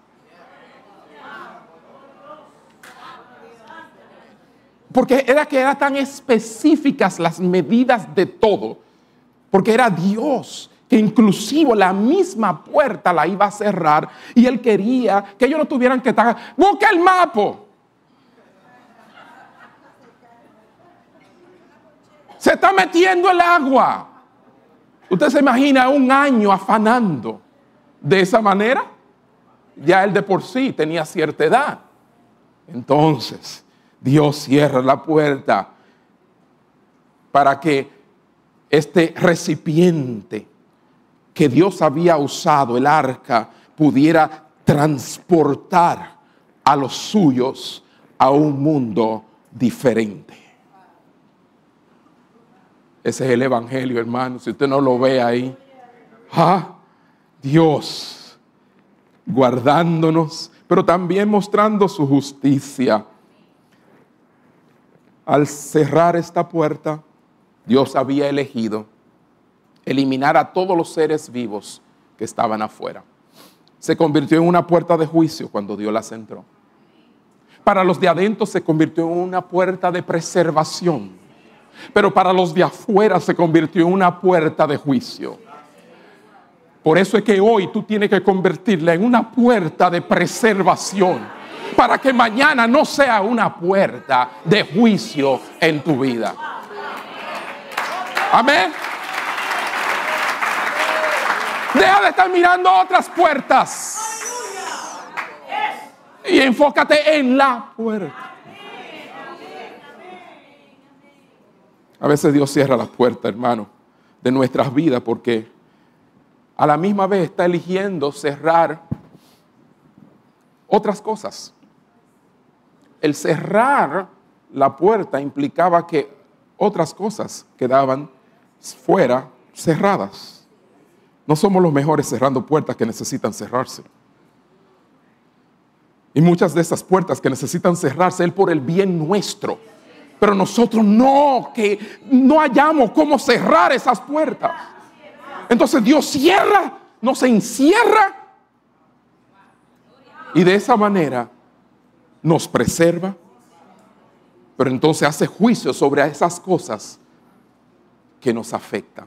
Porque eran tan específicas las medidas de todo, porque era Dios que inclusive la misma puerta la iba a cerrar, y Él quería que ellos no tuvieran que estar, busca el mapa. Se está metiendo el agua. ¿Usted se imagina un año afanando de esa manera? Ya él de por sí tenía cierta edad. Entonces, Dios cierra la puerta para que este recipiente que Dios había usado, el arca, pudiera transportar a los suyos a un mundo diferente. Ese es el evangelio, hermano. Si usted no lo ve ahí, Dios guardándonos, pero también mostrando su justicia. Al cerrar esta puerta, Dios había elegido eliminar a todos los seres vivos que estaban afuera. Se convirtió en una puerta de juicio cuando Dios la centró. Para los de adentro se convirtió en una puerta de preservación. Pero para los de afuera se convirtió en una puerta de juicio. Por eso es que hoy tú tienes que convertirla en una puerta de preservación, para que mañana no sea una puerta de juicio en tu vida. Amén. Deja de estar mirando otras puertas y enfócate en la puerta. A veces Dios cierra las puertas, hermano, de nuestras vidas, porque a la misma vez está eligiendo cerrar otras cosas. El cerrar la puerta implicaba que otras cosas quedaban fuera cerradas. No somos los mejores cerrando puertas que necesitan cerrarse. Y muchas de esas puertas que necesitan cerrarse es por el bien nuestro. Pero nosotros que no hallamos cómo cerrar esas puertas. Entonces Dios cierra, nos encierra. Y de esa manera nos preserva. Pero entonces hace juicio sobre esas cosas que nos afectan.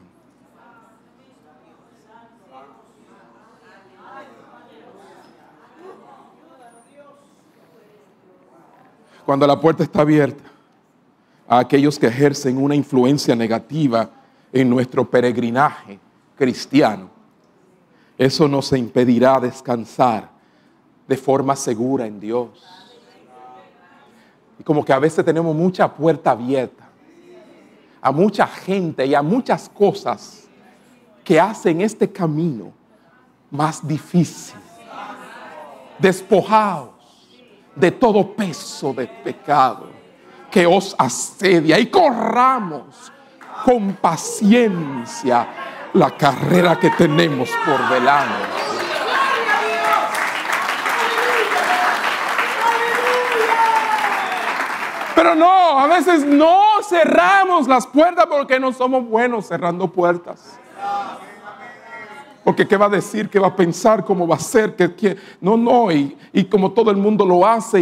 Cuando la puerta está abierta a aquellos que ejercen una influencia negativa en nuestro peregrinaje cristiano, eso nos impedirá descansar de forma segura en Dios. Y como que a veces tenemos mucha puerta abierta a mucha gente y a muchas cosas que hacen este camino más difícil. Despojaos de todo peso de pecado que os asedia y corramos con paciencia la carrera que tenemos por delante. Pero no, a veces no cerramos las puertas porque no somos buenos cerrando puertas. Porque ¿qué va a decir? ¿Qué va a pensar? ¿Cómo va a ser? No. Y como todo el mundo lo hace.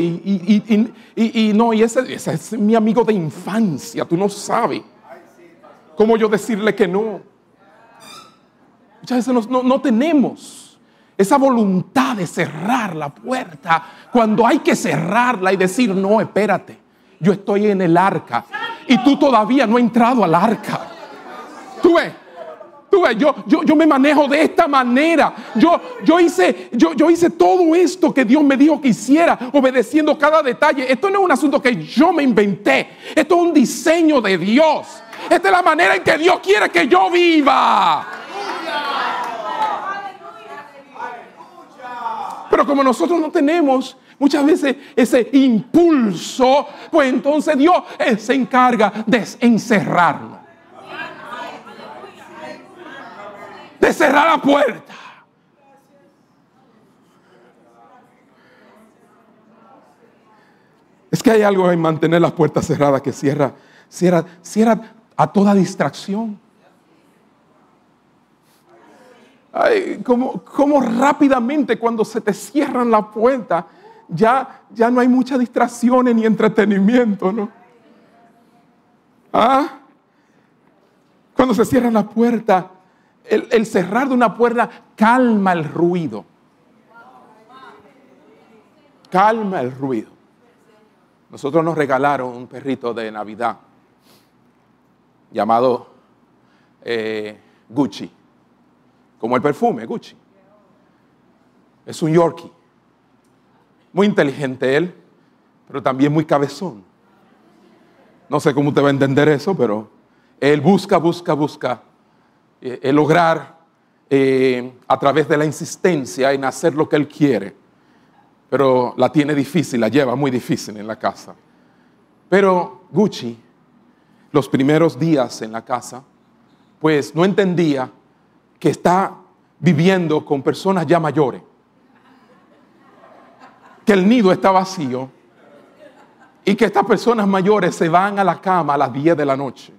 Y ese es mi amigo de infancia. Tú no sabes cómo yo decirle que no. Muchas veces no tenemos esa voluntad de cerrar la puerta cuando hay que cerrarla y decir, no, espérate, yo estoy en el arca y tú todavía no has entrado al arca. Tú ves, yo me manejo de esta manera. Yo hice todo esto que Dios me dijo que hiciera, obedeciendo cada detalle. Esto no es un asunto que yo me inventé. Esto es un diseño de Dios. Esta es la manera en que Dios quiere que yo viva. Pero como nosotros no tenemos muchas veces ese impulso, pues entonces Dios se encarga de encerrarnos, de cerrar la puerta. Es que hay algo en mantener las puertas cerradas que cierra a toda distracción. Ay, como rápidamente cuando se te cierran la puerta, ya no hay muchas distracciones ni entretenimiento, ¿no? Cuando se cierra la puerta, el cerrar de una puerta calma el ruido. Calma el ruido. Nosotros nos regalaron un perrito de Navidad llamado Gucci. Como el perfume, Gucci. Es un Yorkie. Muy inteligente él, pero también muy cabezón. No sé cómo usted va a entender eso, pero él busca lograr a través de la insistencia en hacer lo que él quiere. Pero la tiene difícil, la lleva muy difícil en la casa. Pero Gucci, los primeros días en la casa, pues no entendía que está viviendo con personas ya mayores, que el nido está vacío y que estas personas mayores se van a la cama a las 10 de la noche.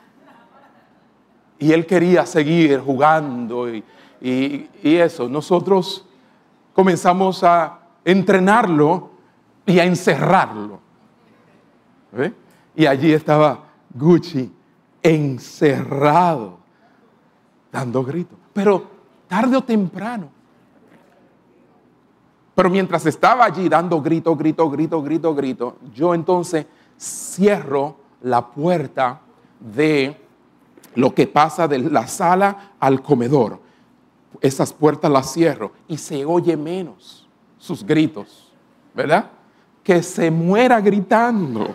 Y él quería seguir jugando y eso. Nosotros comenzamos a entrenarlo y a encerrarlo. ¿Ve? Y allí estaba Gucci encerrado, dando gritos, pero tarde o temprano. Pero mientras estaba allí dando grito, yo entonces cierro la puerta de lo que pasa de la sala al comedor. Esas puertas las cierro y se oye menos sus gritos, ¿verdad? Que se muera gritando.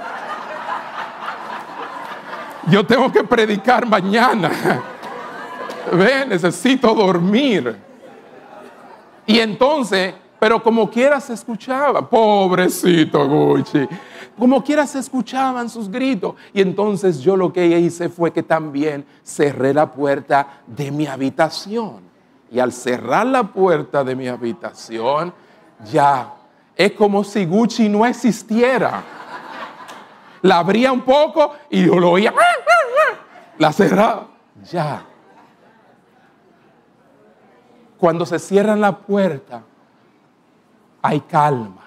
Yo tengo que predicar mañana. Ve, necesito dormir. Y entonces, pero como quiera se escuchaba, pobrecito Gucci, como quiera se escuchaban sus gritos. Y entonces yo lo que hice fue que también cerré la puerta de mi habitación. Y al cerrar la puerta de mi habitación, ya es como si Gucci no existiera. La abría un poco y yo lo oía. La cerraba. Ya. Cuando se cierra la puerta, hay calma.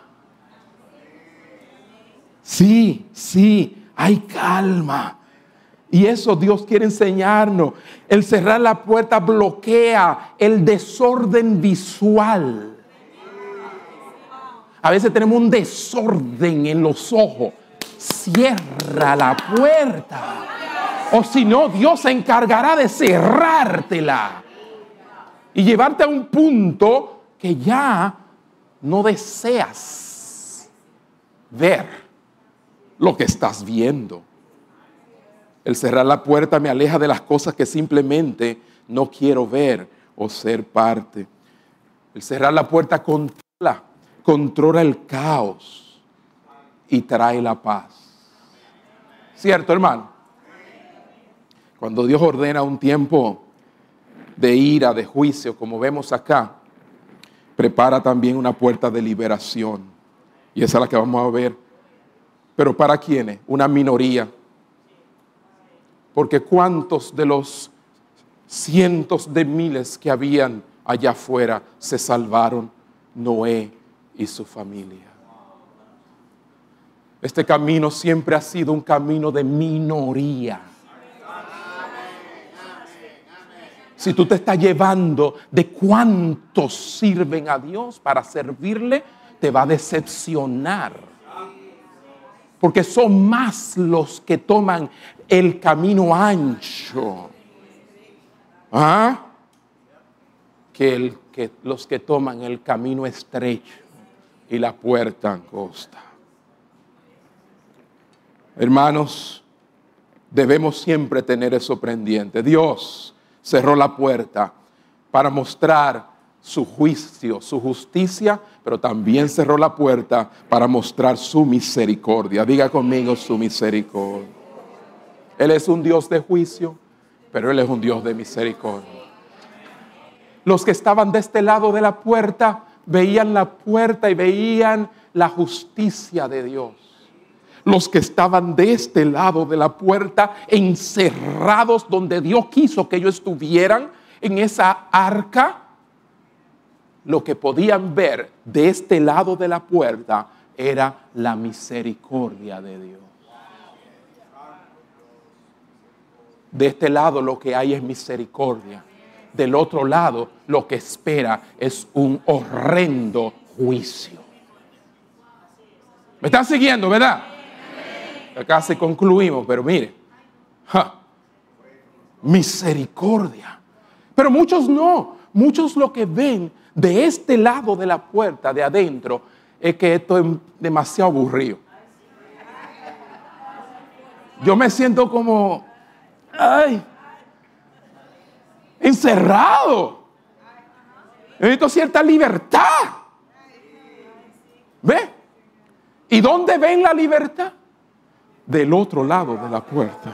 Sí, hay calma. Y eso Dios quiere enseñarnos. El cerrar la puerta bloquea el desorden visual. A veces tenemos un desorden en los ojos. Cierra la puerta. O si no, Dios se encargará de cerrártela y llevarte a un punto que ya no deseas ver lo que estás viendo. El cerrar la puerta me aleja de las cosas que simplemente no quiero ver o ser parte. El cerrar la puerta controla el caos y trae la paz. ¿Cierto, hermano? Cuando Dios ordena un tiempo de ira, de juicio, como vemos acá, prepara también una puerta de liberación. Y esa es la que vamos a ver. ¿Pero para quiénes? Una minoría. Porque ¿cuántos de los cientos de miles que habían allá afuera se salvaron, Noé y su familia. Este camino siempre ha sido un camino de minoría. Si tú te estás llevando de cuántos sirven a Dios para servirle, te va a decepcionar. Porque son más los que toman el camino ancho, que los que toman el camino estrecho y la puerta angosta. Hermanos, debemos siempre tener eso pendiente. Dios cerró la puerta para mostrar su juicio, su justicia, pero también cerró la puerta para mostrar su misericordia. Diga conmigo, su misericordia. Él es un Dios de juicio, pero Él es un Dios de misericordia. Los que estaban de este lado de la puerta veían la puerta y veían la justicia de Dios. Los que estaban de este lado de la puerta, encerrados donde Dios quiso que ellos estuvieran, en esa arca, lo que podían ver de este lado de la puerta era la misericordia de Dios. De este lado lo que hay es misericordia. Del otro lado lo que espera es un horrendo juicio. ¿Me están siguiendo, verdad? Casi concluimos, pero mire, misericordia. Pero muchos no, muchos lo que ven de este lado de la puerta, de adentro, es que esto es demasiado aburrido. Yo me siento como, encerrado. Necesito cierta libertad. ¿Ve? ¿Y dónde ven la libertad? Del otro lado de la puerta.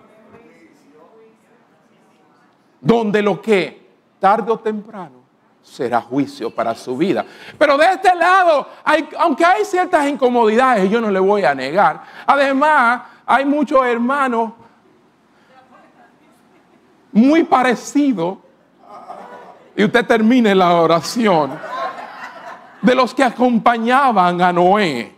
Donde lo que tarde o temprano será juicio para su vida. Pero de este lado, aunque hay ciertas incomodidades, yo no le voy a negar. Además, hay muchos hermanos muy parecidos, y usted termine la oración, de los que acompañaban a Noé.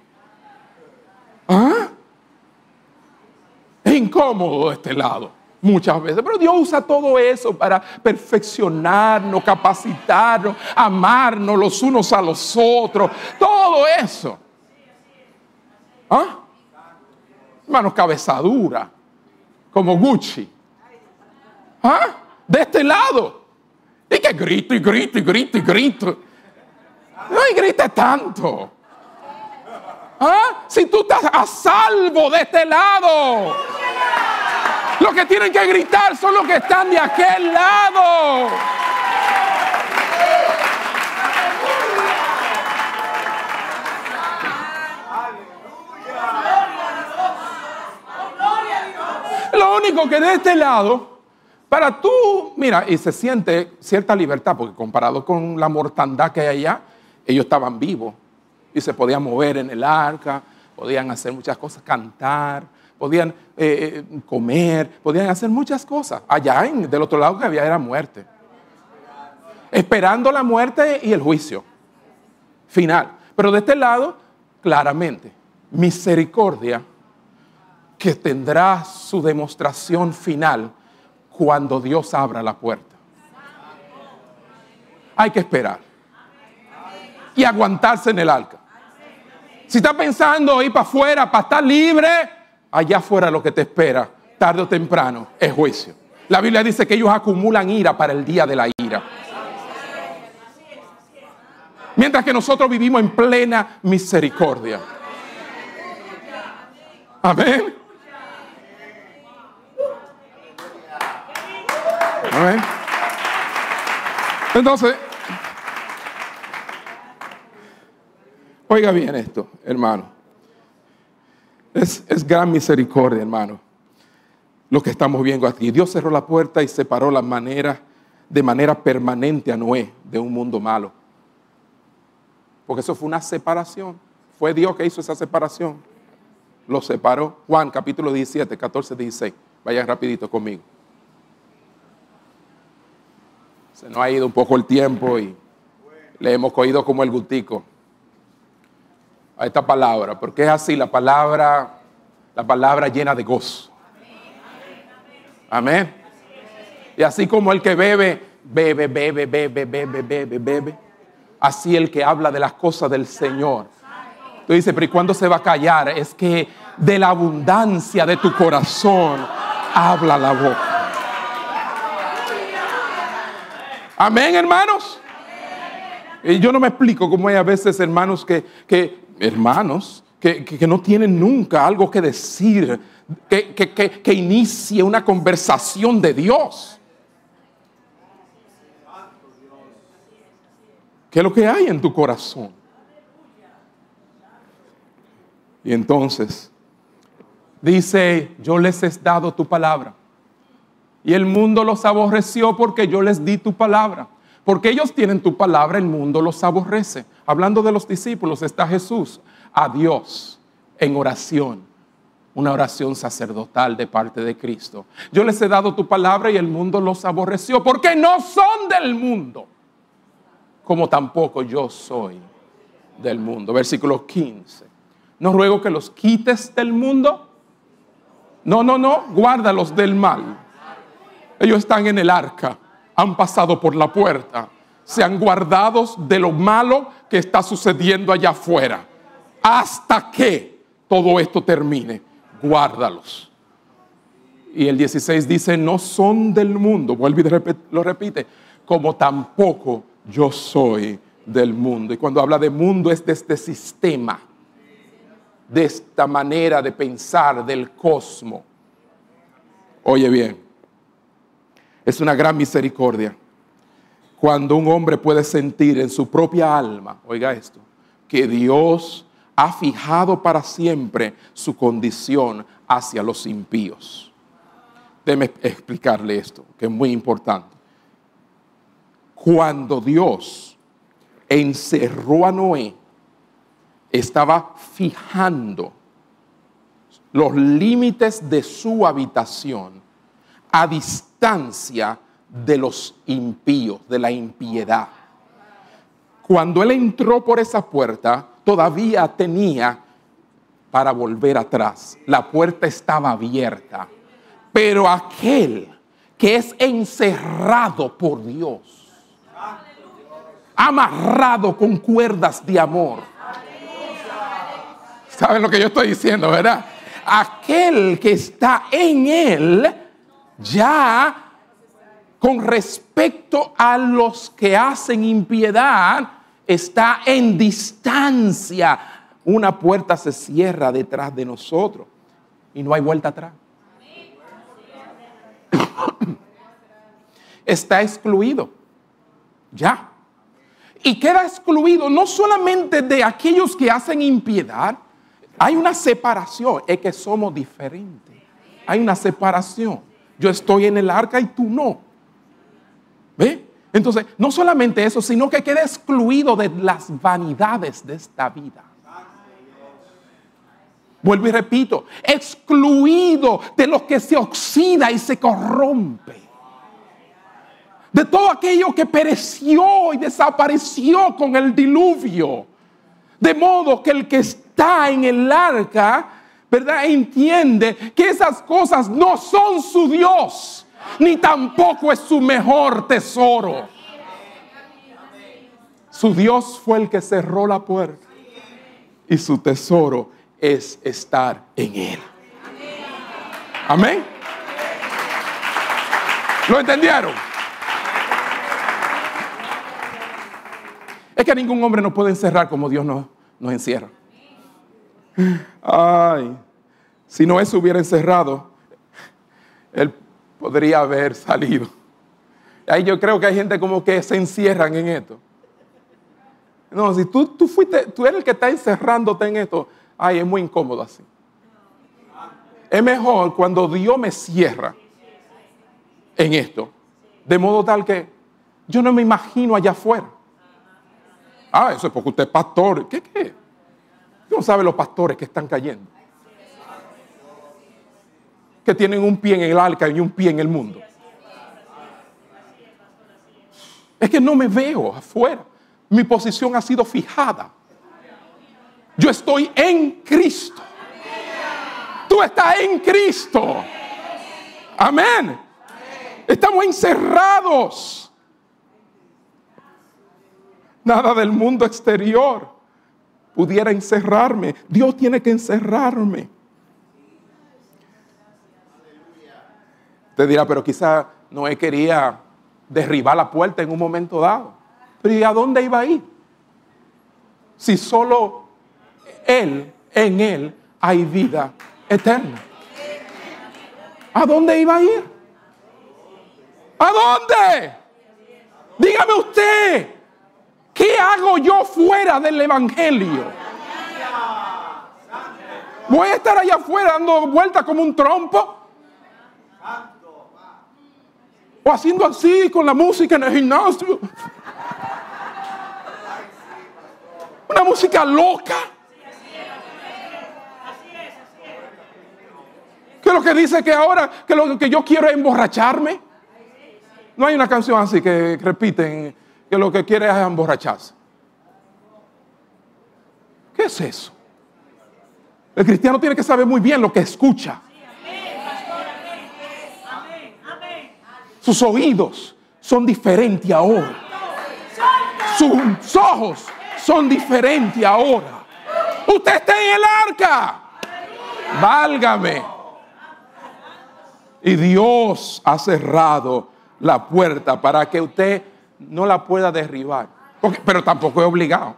Es incómodo de este lado, muchas veces. Pero Dios usa todo eso para perfeccionarnos, capacitarnos, amarnos los unos a los otros. Todo eso. Hermanos, cabezadura, como Gucci. De este lado. Y que grito y grito y grito y grito. No y grite tanto. Si tú estás a salvo de este lado, los que tienen que gritar son los que están de aquel lado. Lo único que de este lado, para tú, mira, y se siente cierta libertad, porque comparado con la mortandad que hay allá, ellos estaban vivos. Y se podían mover en el arca, podían hacer muchas cosas, cantar, podían comer, podían hacer muchas cosas. Allá del otro lado que había era muerte. Esperando la muerte y el juicio final. Pero de este lado, claramente, misericordia que tendrá su demostración final cuando Dios abra la puerta. Hay que esperar y aguantarse en el arca. Si estás pensando ir para afuera, para estar libre, allá afuera lo que te espera, tarde o temprano, es juicio. La Biblia dice que ellos acumulan ira para el día de la ira. Mientras que nosotros vivimos en plena misericordia. Amén. Amén. Entonces, oiga bien esto, hermano. Es gran misericordia, hermano, lo que estamos viendo aquí. Dios cerró la puerta y separó de manera permanente a Noé de un mundo malo. Porque eso fue una separación. Fue Dios que hizo esa separación. Lo separó. Juan capítulo 17, 14, 16. Vayan rapidito conmigo. Se nos ha ido un poco el tiempo y le hemos cogido como el gustico a esta palabra, porque es así, la palabra llena de gozo. Amén. Y así como el que bebe, así el que habla de las cosas del Señor. Tú dices, pero ¿y cuándo se va a callar? Es que de la abundancia de tu corazón habla la boca. Amén, hermanos. Y yo no me explico cómo hay a veces hermanos que no tienen nunca algo que decir, que inicie una conversación de Dios. ¿Qué es lo que hay en tu corazón? Y entonces dice, yo les he dado tu palabra. Y el mundo los aborreció porque yo les di tu palabra. Porque ellos tienen tu palabra, el mundo los aborrece. Hablando de los discípulos, está Jesús a Dios en oración. Una oración sacerdotal de parte de Cristo. Yo les he dado tu palabra y el mundo los aborreció porque no son del mundo, como tampoco yo soy del mundo. Versículo 15. No ruego que los quites del mundo. No, guárdalos del mal. Ellos están en el arca, han pasado por la puerta, se han guardado de lo malo que está sucediendo allá afuera. Hasta que todo esto termine, guárdalos. Y el 16 dice, no son del mundo, vuelve y lo repite, como tampoco yo soy del mundo. Y cuando habla de mundo es de este sistema, de esta manera de pensar del cosmos. Oye bien, es una gran misericordia cuando un hombre puede sentir en su propia alma, oiga esto, que Dios ha fijado para siempre su condición hacia los impíos. Déjeme explicarle esto, que es muy importante. Cuando Dios encerró a Noé, estaba fijando los límites de su habitación a distancia de los impíos, de la impiedad. Cuando él entró por esa puerta, todavía tenía para volver atrás. La puerta estaba abierta. Pero aquel que es encerrado por Dios, amarrado con cuerdas de amor. ¿Saben lo que yo estoy diciendo, verdad? Aquel que está en él, ya con respecto a los que hacen impiedad, está en distancia. Una puerta se cierra detrás de nosotros y no hay vuelta atrás. Está excluido ya. Y queda excluido no solamente de aquellos que hacen impiedad. Hay una separación, es que somos diferentes. Hay una separación. Yo estoy en el arca y tú no. ¿Ve? Entonces, no solamente eso, sino que queda excluido de las vanidades de esta vida. Vuelvo y repito, excluido de lo que se oxida y se corrompe. De todo aquello que pereció y desapareció con el diluvio. De modo que el que está en el arca, ¿verdad?, entiende que esas cosas no son su Dios, ni tampoco es su mejor tesoro. Su Dios fue el que cerró la puerta y su tesoro es estar en él. Amén. ¿Lo entendieron? Es que ningún hombre nos puede encerrar como Dios nos encierra. Ay, si Noé se hubiera encerrado, él podría haber salido. Ahí yo creo que hay gente como que se encierran en esto. No, si tú eres el que está encerrándote en esto, ay, es muy incómodo así. Es mejor cuando Dios me cierra en esto, de modo tal que yo no me imagino allá afuera. Ah, eso es porque usted es pastor. ¿Qué? Usted no sabe los pastores que están cayendo. Que tienen un pie en el arca y un pie en el mundo. Es que no me veo afuera. Mi posición ha sido fijada. Yo estoy en Cristo. Tú estás en Cristo. Amén. Estamos encerrados. Nada del mundo exterior pudiera encerrarme. Dios tiene que encerrarme. Te dirá, pero quizá Noé quería derribar la puerta en un momento dado. Pero ¿y a dónde iba a ir? Si solo en Él hay vida eterna. ¿A dónde iba a ir? ¿A dónde? Dígame usted, ¿qué hago yo fuera del evangelio? ¿Voy a estar allá afuera dando vueltas como un trompo? ¿O haciendo así con la música en el gimnasio? Una música loca. ¿Qué es lo que dice que ahora que lo que yo quiero es emborracharme? No hay una canción así que repiten que lo que quiere es emborracharse. ¿Qué es eso? El cristiano tiene que saber muy bien lo que escucha. Sus oídos son diferentes ahora. Sus ojos son diferentes ahora. Usted está en el arca. Válgame. Y Dios ha cerrado la puerta para que usted no la pueda derribar. Pero tampoco es obligado.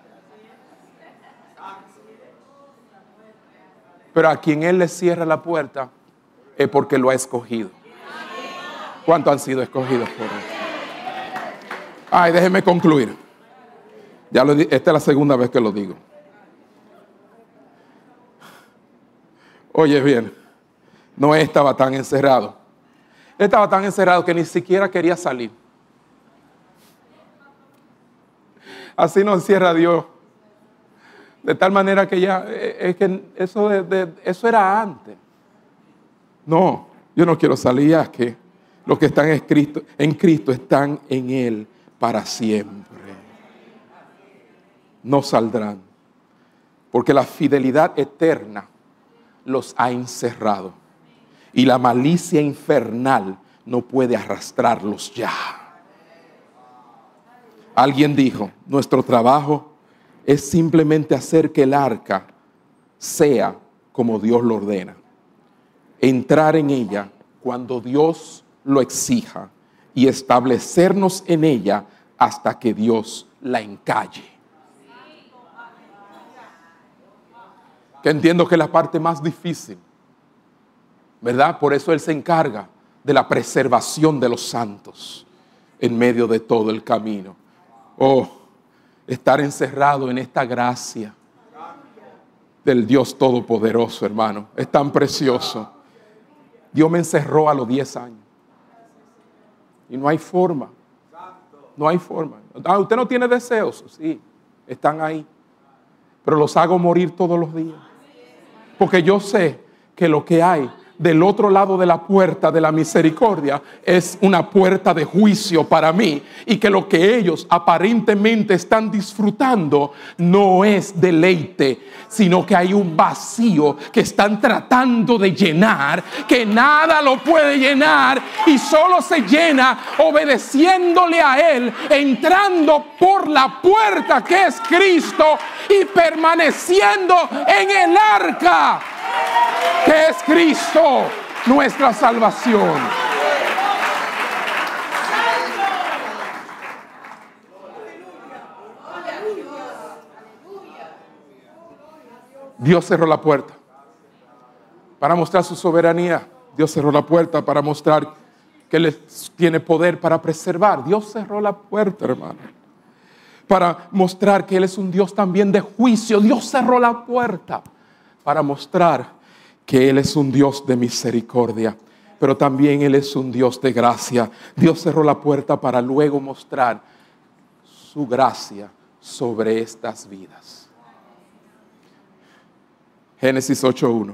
Pero a quien Él le cierra la puerta es porque lo ha escogido. ¿Cuántos han sido escogidos por Él? Ay, déjeme concluir. Esta es la segunda vez que lo digo. Oye bien, Noé estaba tan encerrado. Él estaba tan encerrado que ni siquiera quería salir. Así nos encierra Dios. De tal manera que ya, es que eso era antes. No, yo no quiero salir, ya que los que están en Cristo están en Él para siempre. No saldrán, porque la fidelidad eterna los ha encerrado y la malicia infernal no puede arrastrarlos ya. Alguien dijo, nuestro trabajo es simplemente hacer que el arca sea como Dios lo ordena. Entrar en ella cuando Dios lo exija y establecernos en ella hasta que Dios la encalle. Que entiendo que es la parte más difícil, ¿verdad? Por eso Él se encarga de la preservación de los santos en medio de todo el camino. Oh, estar encerrado en esta gracia del Dios Todopoderoso, hermano, es tan precioso. Dios me encerró a los 10 años. Y no hay forma. No hay forma. ¿Usted no tiene deseos? Sí, están ahí. Pero los hago morir todos los días. Porque yo sé que lo que hay del otro lado de la puerta de la misericordia es una puerta de juicio para mí, y que lo que ellos aparentemente están disfrutando no es deleite, sino que hay un vacío que están tratando de llenar, que nada lo puede llenar y solo se llena obedeciéndole a Él, entrando por la puerta que es Cristo y permaneciendo en el arca que es Cristo, nuestra salvación. Dios cerró la puerta para mostrar su soberanía. Dios cerró la puerta para mostrar que Él tiene poder para preservar. Dios cerró la puerta, hermano, para mostrar que Él es un Dios también de juicio. Dios cerró la puerta para mostrar que Él es un Dios de misericordia, pero también Él es un Dios de gracia. Dios cerró la puerta para luego mostrar su gracia sobre estas vidas. Génesis 8:1.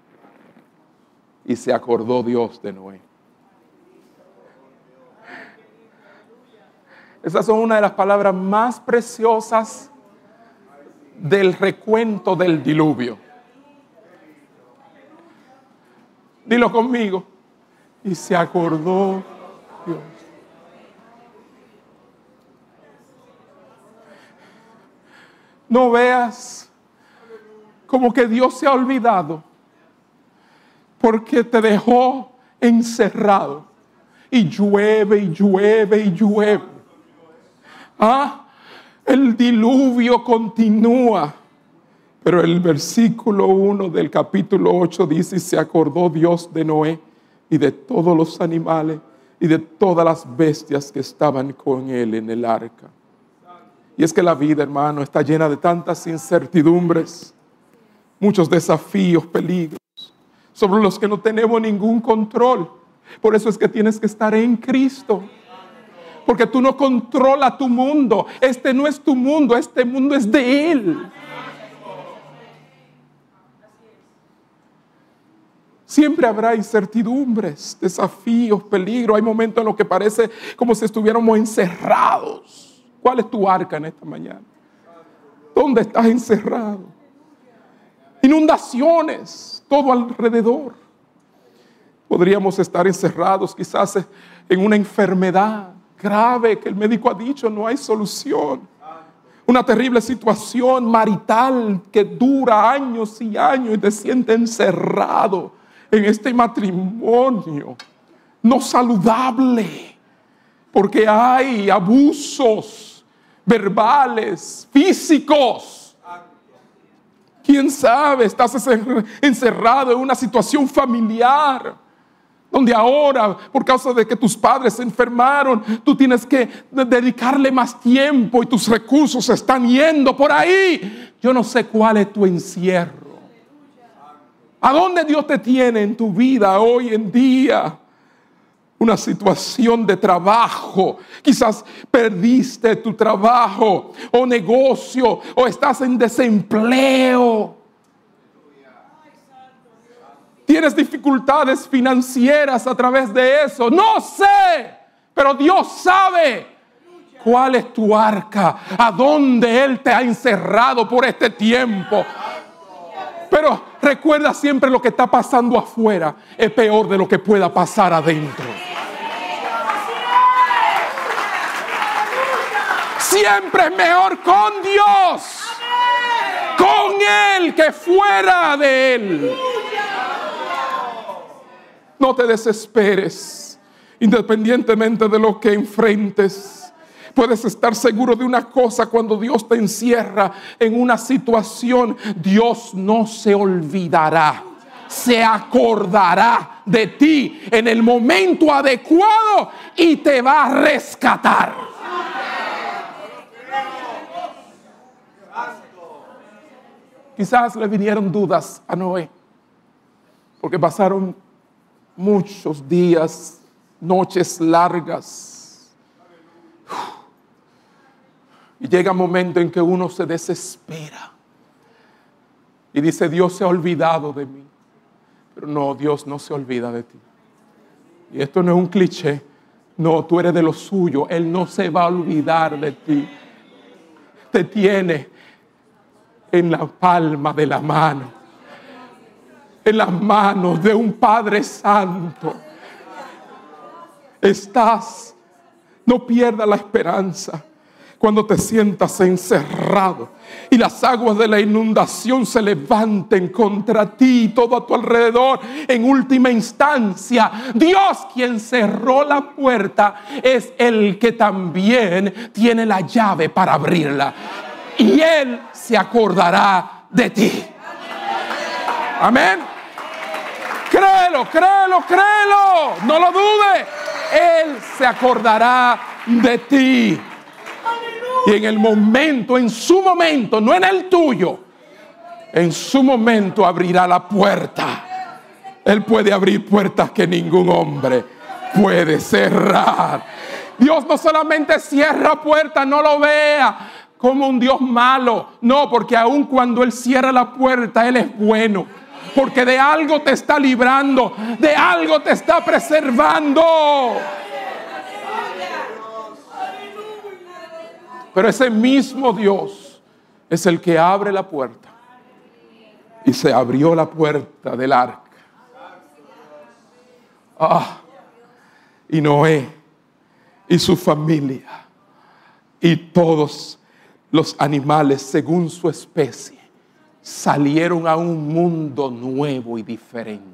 Y se acordó Dios de Noé. Esas son una de las palabras más preciosas del recuento del diluvio. Dilo conmigo. Y se acordó Dios. No veas como que Dios se ha olvidado porque te dejó encerrado y llueve y llueve y llueve. El diluvio continúa. Pero el versículo 1 del capítulo 8 dice: y se acordó Dios de Noé y de todos los animales y de todas las bestias que estaban con él en el arca. Y es que la vida, hermano, está llena de tantas incertidumbres, muchos desafíos, peligros, sobre los que no tenemos ningún control. Por eso es que tienes que estar en Cristo. Porque tú no controlas tu mundo. Este no es tu mundo, este mundo es de Él. Siempre habrá incertidumbres, desafíos, peligros. Hay momentos en los que parece como si estuviéramos encerrados. ¿Cuál es tu arca en esta mañana? ¿Dónde estás encerrado? Inundaciones, todo alrededor. Podríamos estar encerrados quizás en una enfermedad grave que el médico ha dicho no hay solución. Una terrible situación marital que dura años y años y te sientes encerrado en este matrimonio no saludable, porque hay abusos verbales, físicos. ¿Quién sabe? Estás encerrado en una situación familiar donde ahora, por causa de que tus padres se enfermaron, tú tienes que dedicarle más tiempo y tus recursos se están yendo por ahí. Yo no sé cuál es tu encierro. ¿A dónde Dios te tiene en tu vida hoy en día? Una situación de trabajo. Quizás perdiste tu trabajo o negocio o estás en desempleo. Tienes dificultades financieras a través de eso. No sé, pero Dios sabe cuál es tu arca, a dónde Él te ha encerrado por este tiempo. Pero recuerda siempre lo que está pasando afuera es peor de lo que pueda pasar adentro. Siempre es mejor con Dios, con Él, que fuera de Él. No te desesperes, independientemente de lo que enfrentes. Puedes estar seguro de una cosa: cuando Dios te encierra en una situación, Dios no se olvidará. Se acordará de ti en el momento adecuado y te va a rescatar. Quizás le vinieron dudas a Noé, porque pasaron muchos días, noches largas. Y llega un momento en que uno se desespera y dice: Dios se ha olvidado de mí. Pero no, Dios no se olvida de ti. Y esto no es un cliché. No, tú eres de lo suyo. Él no se va a olvidar de ti. Te tiene en la palma de la mano, en las manos de un Padre Santo. No pierdas la esperanza. Cuando te sientas encerrado y las aguas de la inundación se levanten contra ti y todo a tu alrededor, en última instancia, Dios, quien cerró la puerta, es el que también tiene la llave para abrirla. Y Él se acordará de ti. Amén. Créelo, créelo, créelo. No lo dudes. Él se acordará de ti. Y en el momento, en su momento, no en el tuyo, en su momento abrirá la puerta. Él puede abrir puertas que ningún hombre puede cerrar. Dios no solamente cierra puertas, no lo vea como un Dios malo. No, porque aun cuando Él cierra la puerta, Él es bueno. Porque de algo te está librando, de algo te está preservando. Pero ese mismo Dios es el que abre la puerta. Y se abrió la puerta del arca. Y Noé y su familia y todos los animales según su especie salieron a un mundo nuevo y diferente.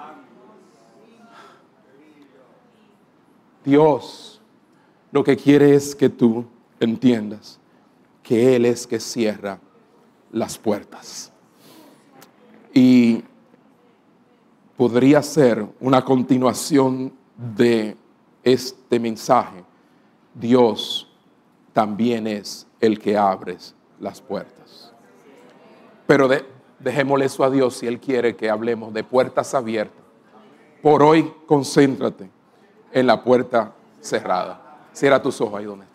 Dios lo que quiere es que tú entiendas que Él es que cierra las puertas. Y podría ser una continuación de este mensaje. Dios también es el que abre las puertas. Pero dejémosle eso a Dios si Él quiere que hablemos de puertas abiertas. Por hoy, concéntrate en la puerta cerrada. Cierra tus ojos ahí donde estás.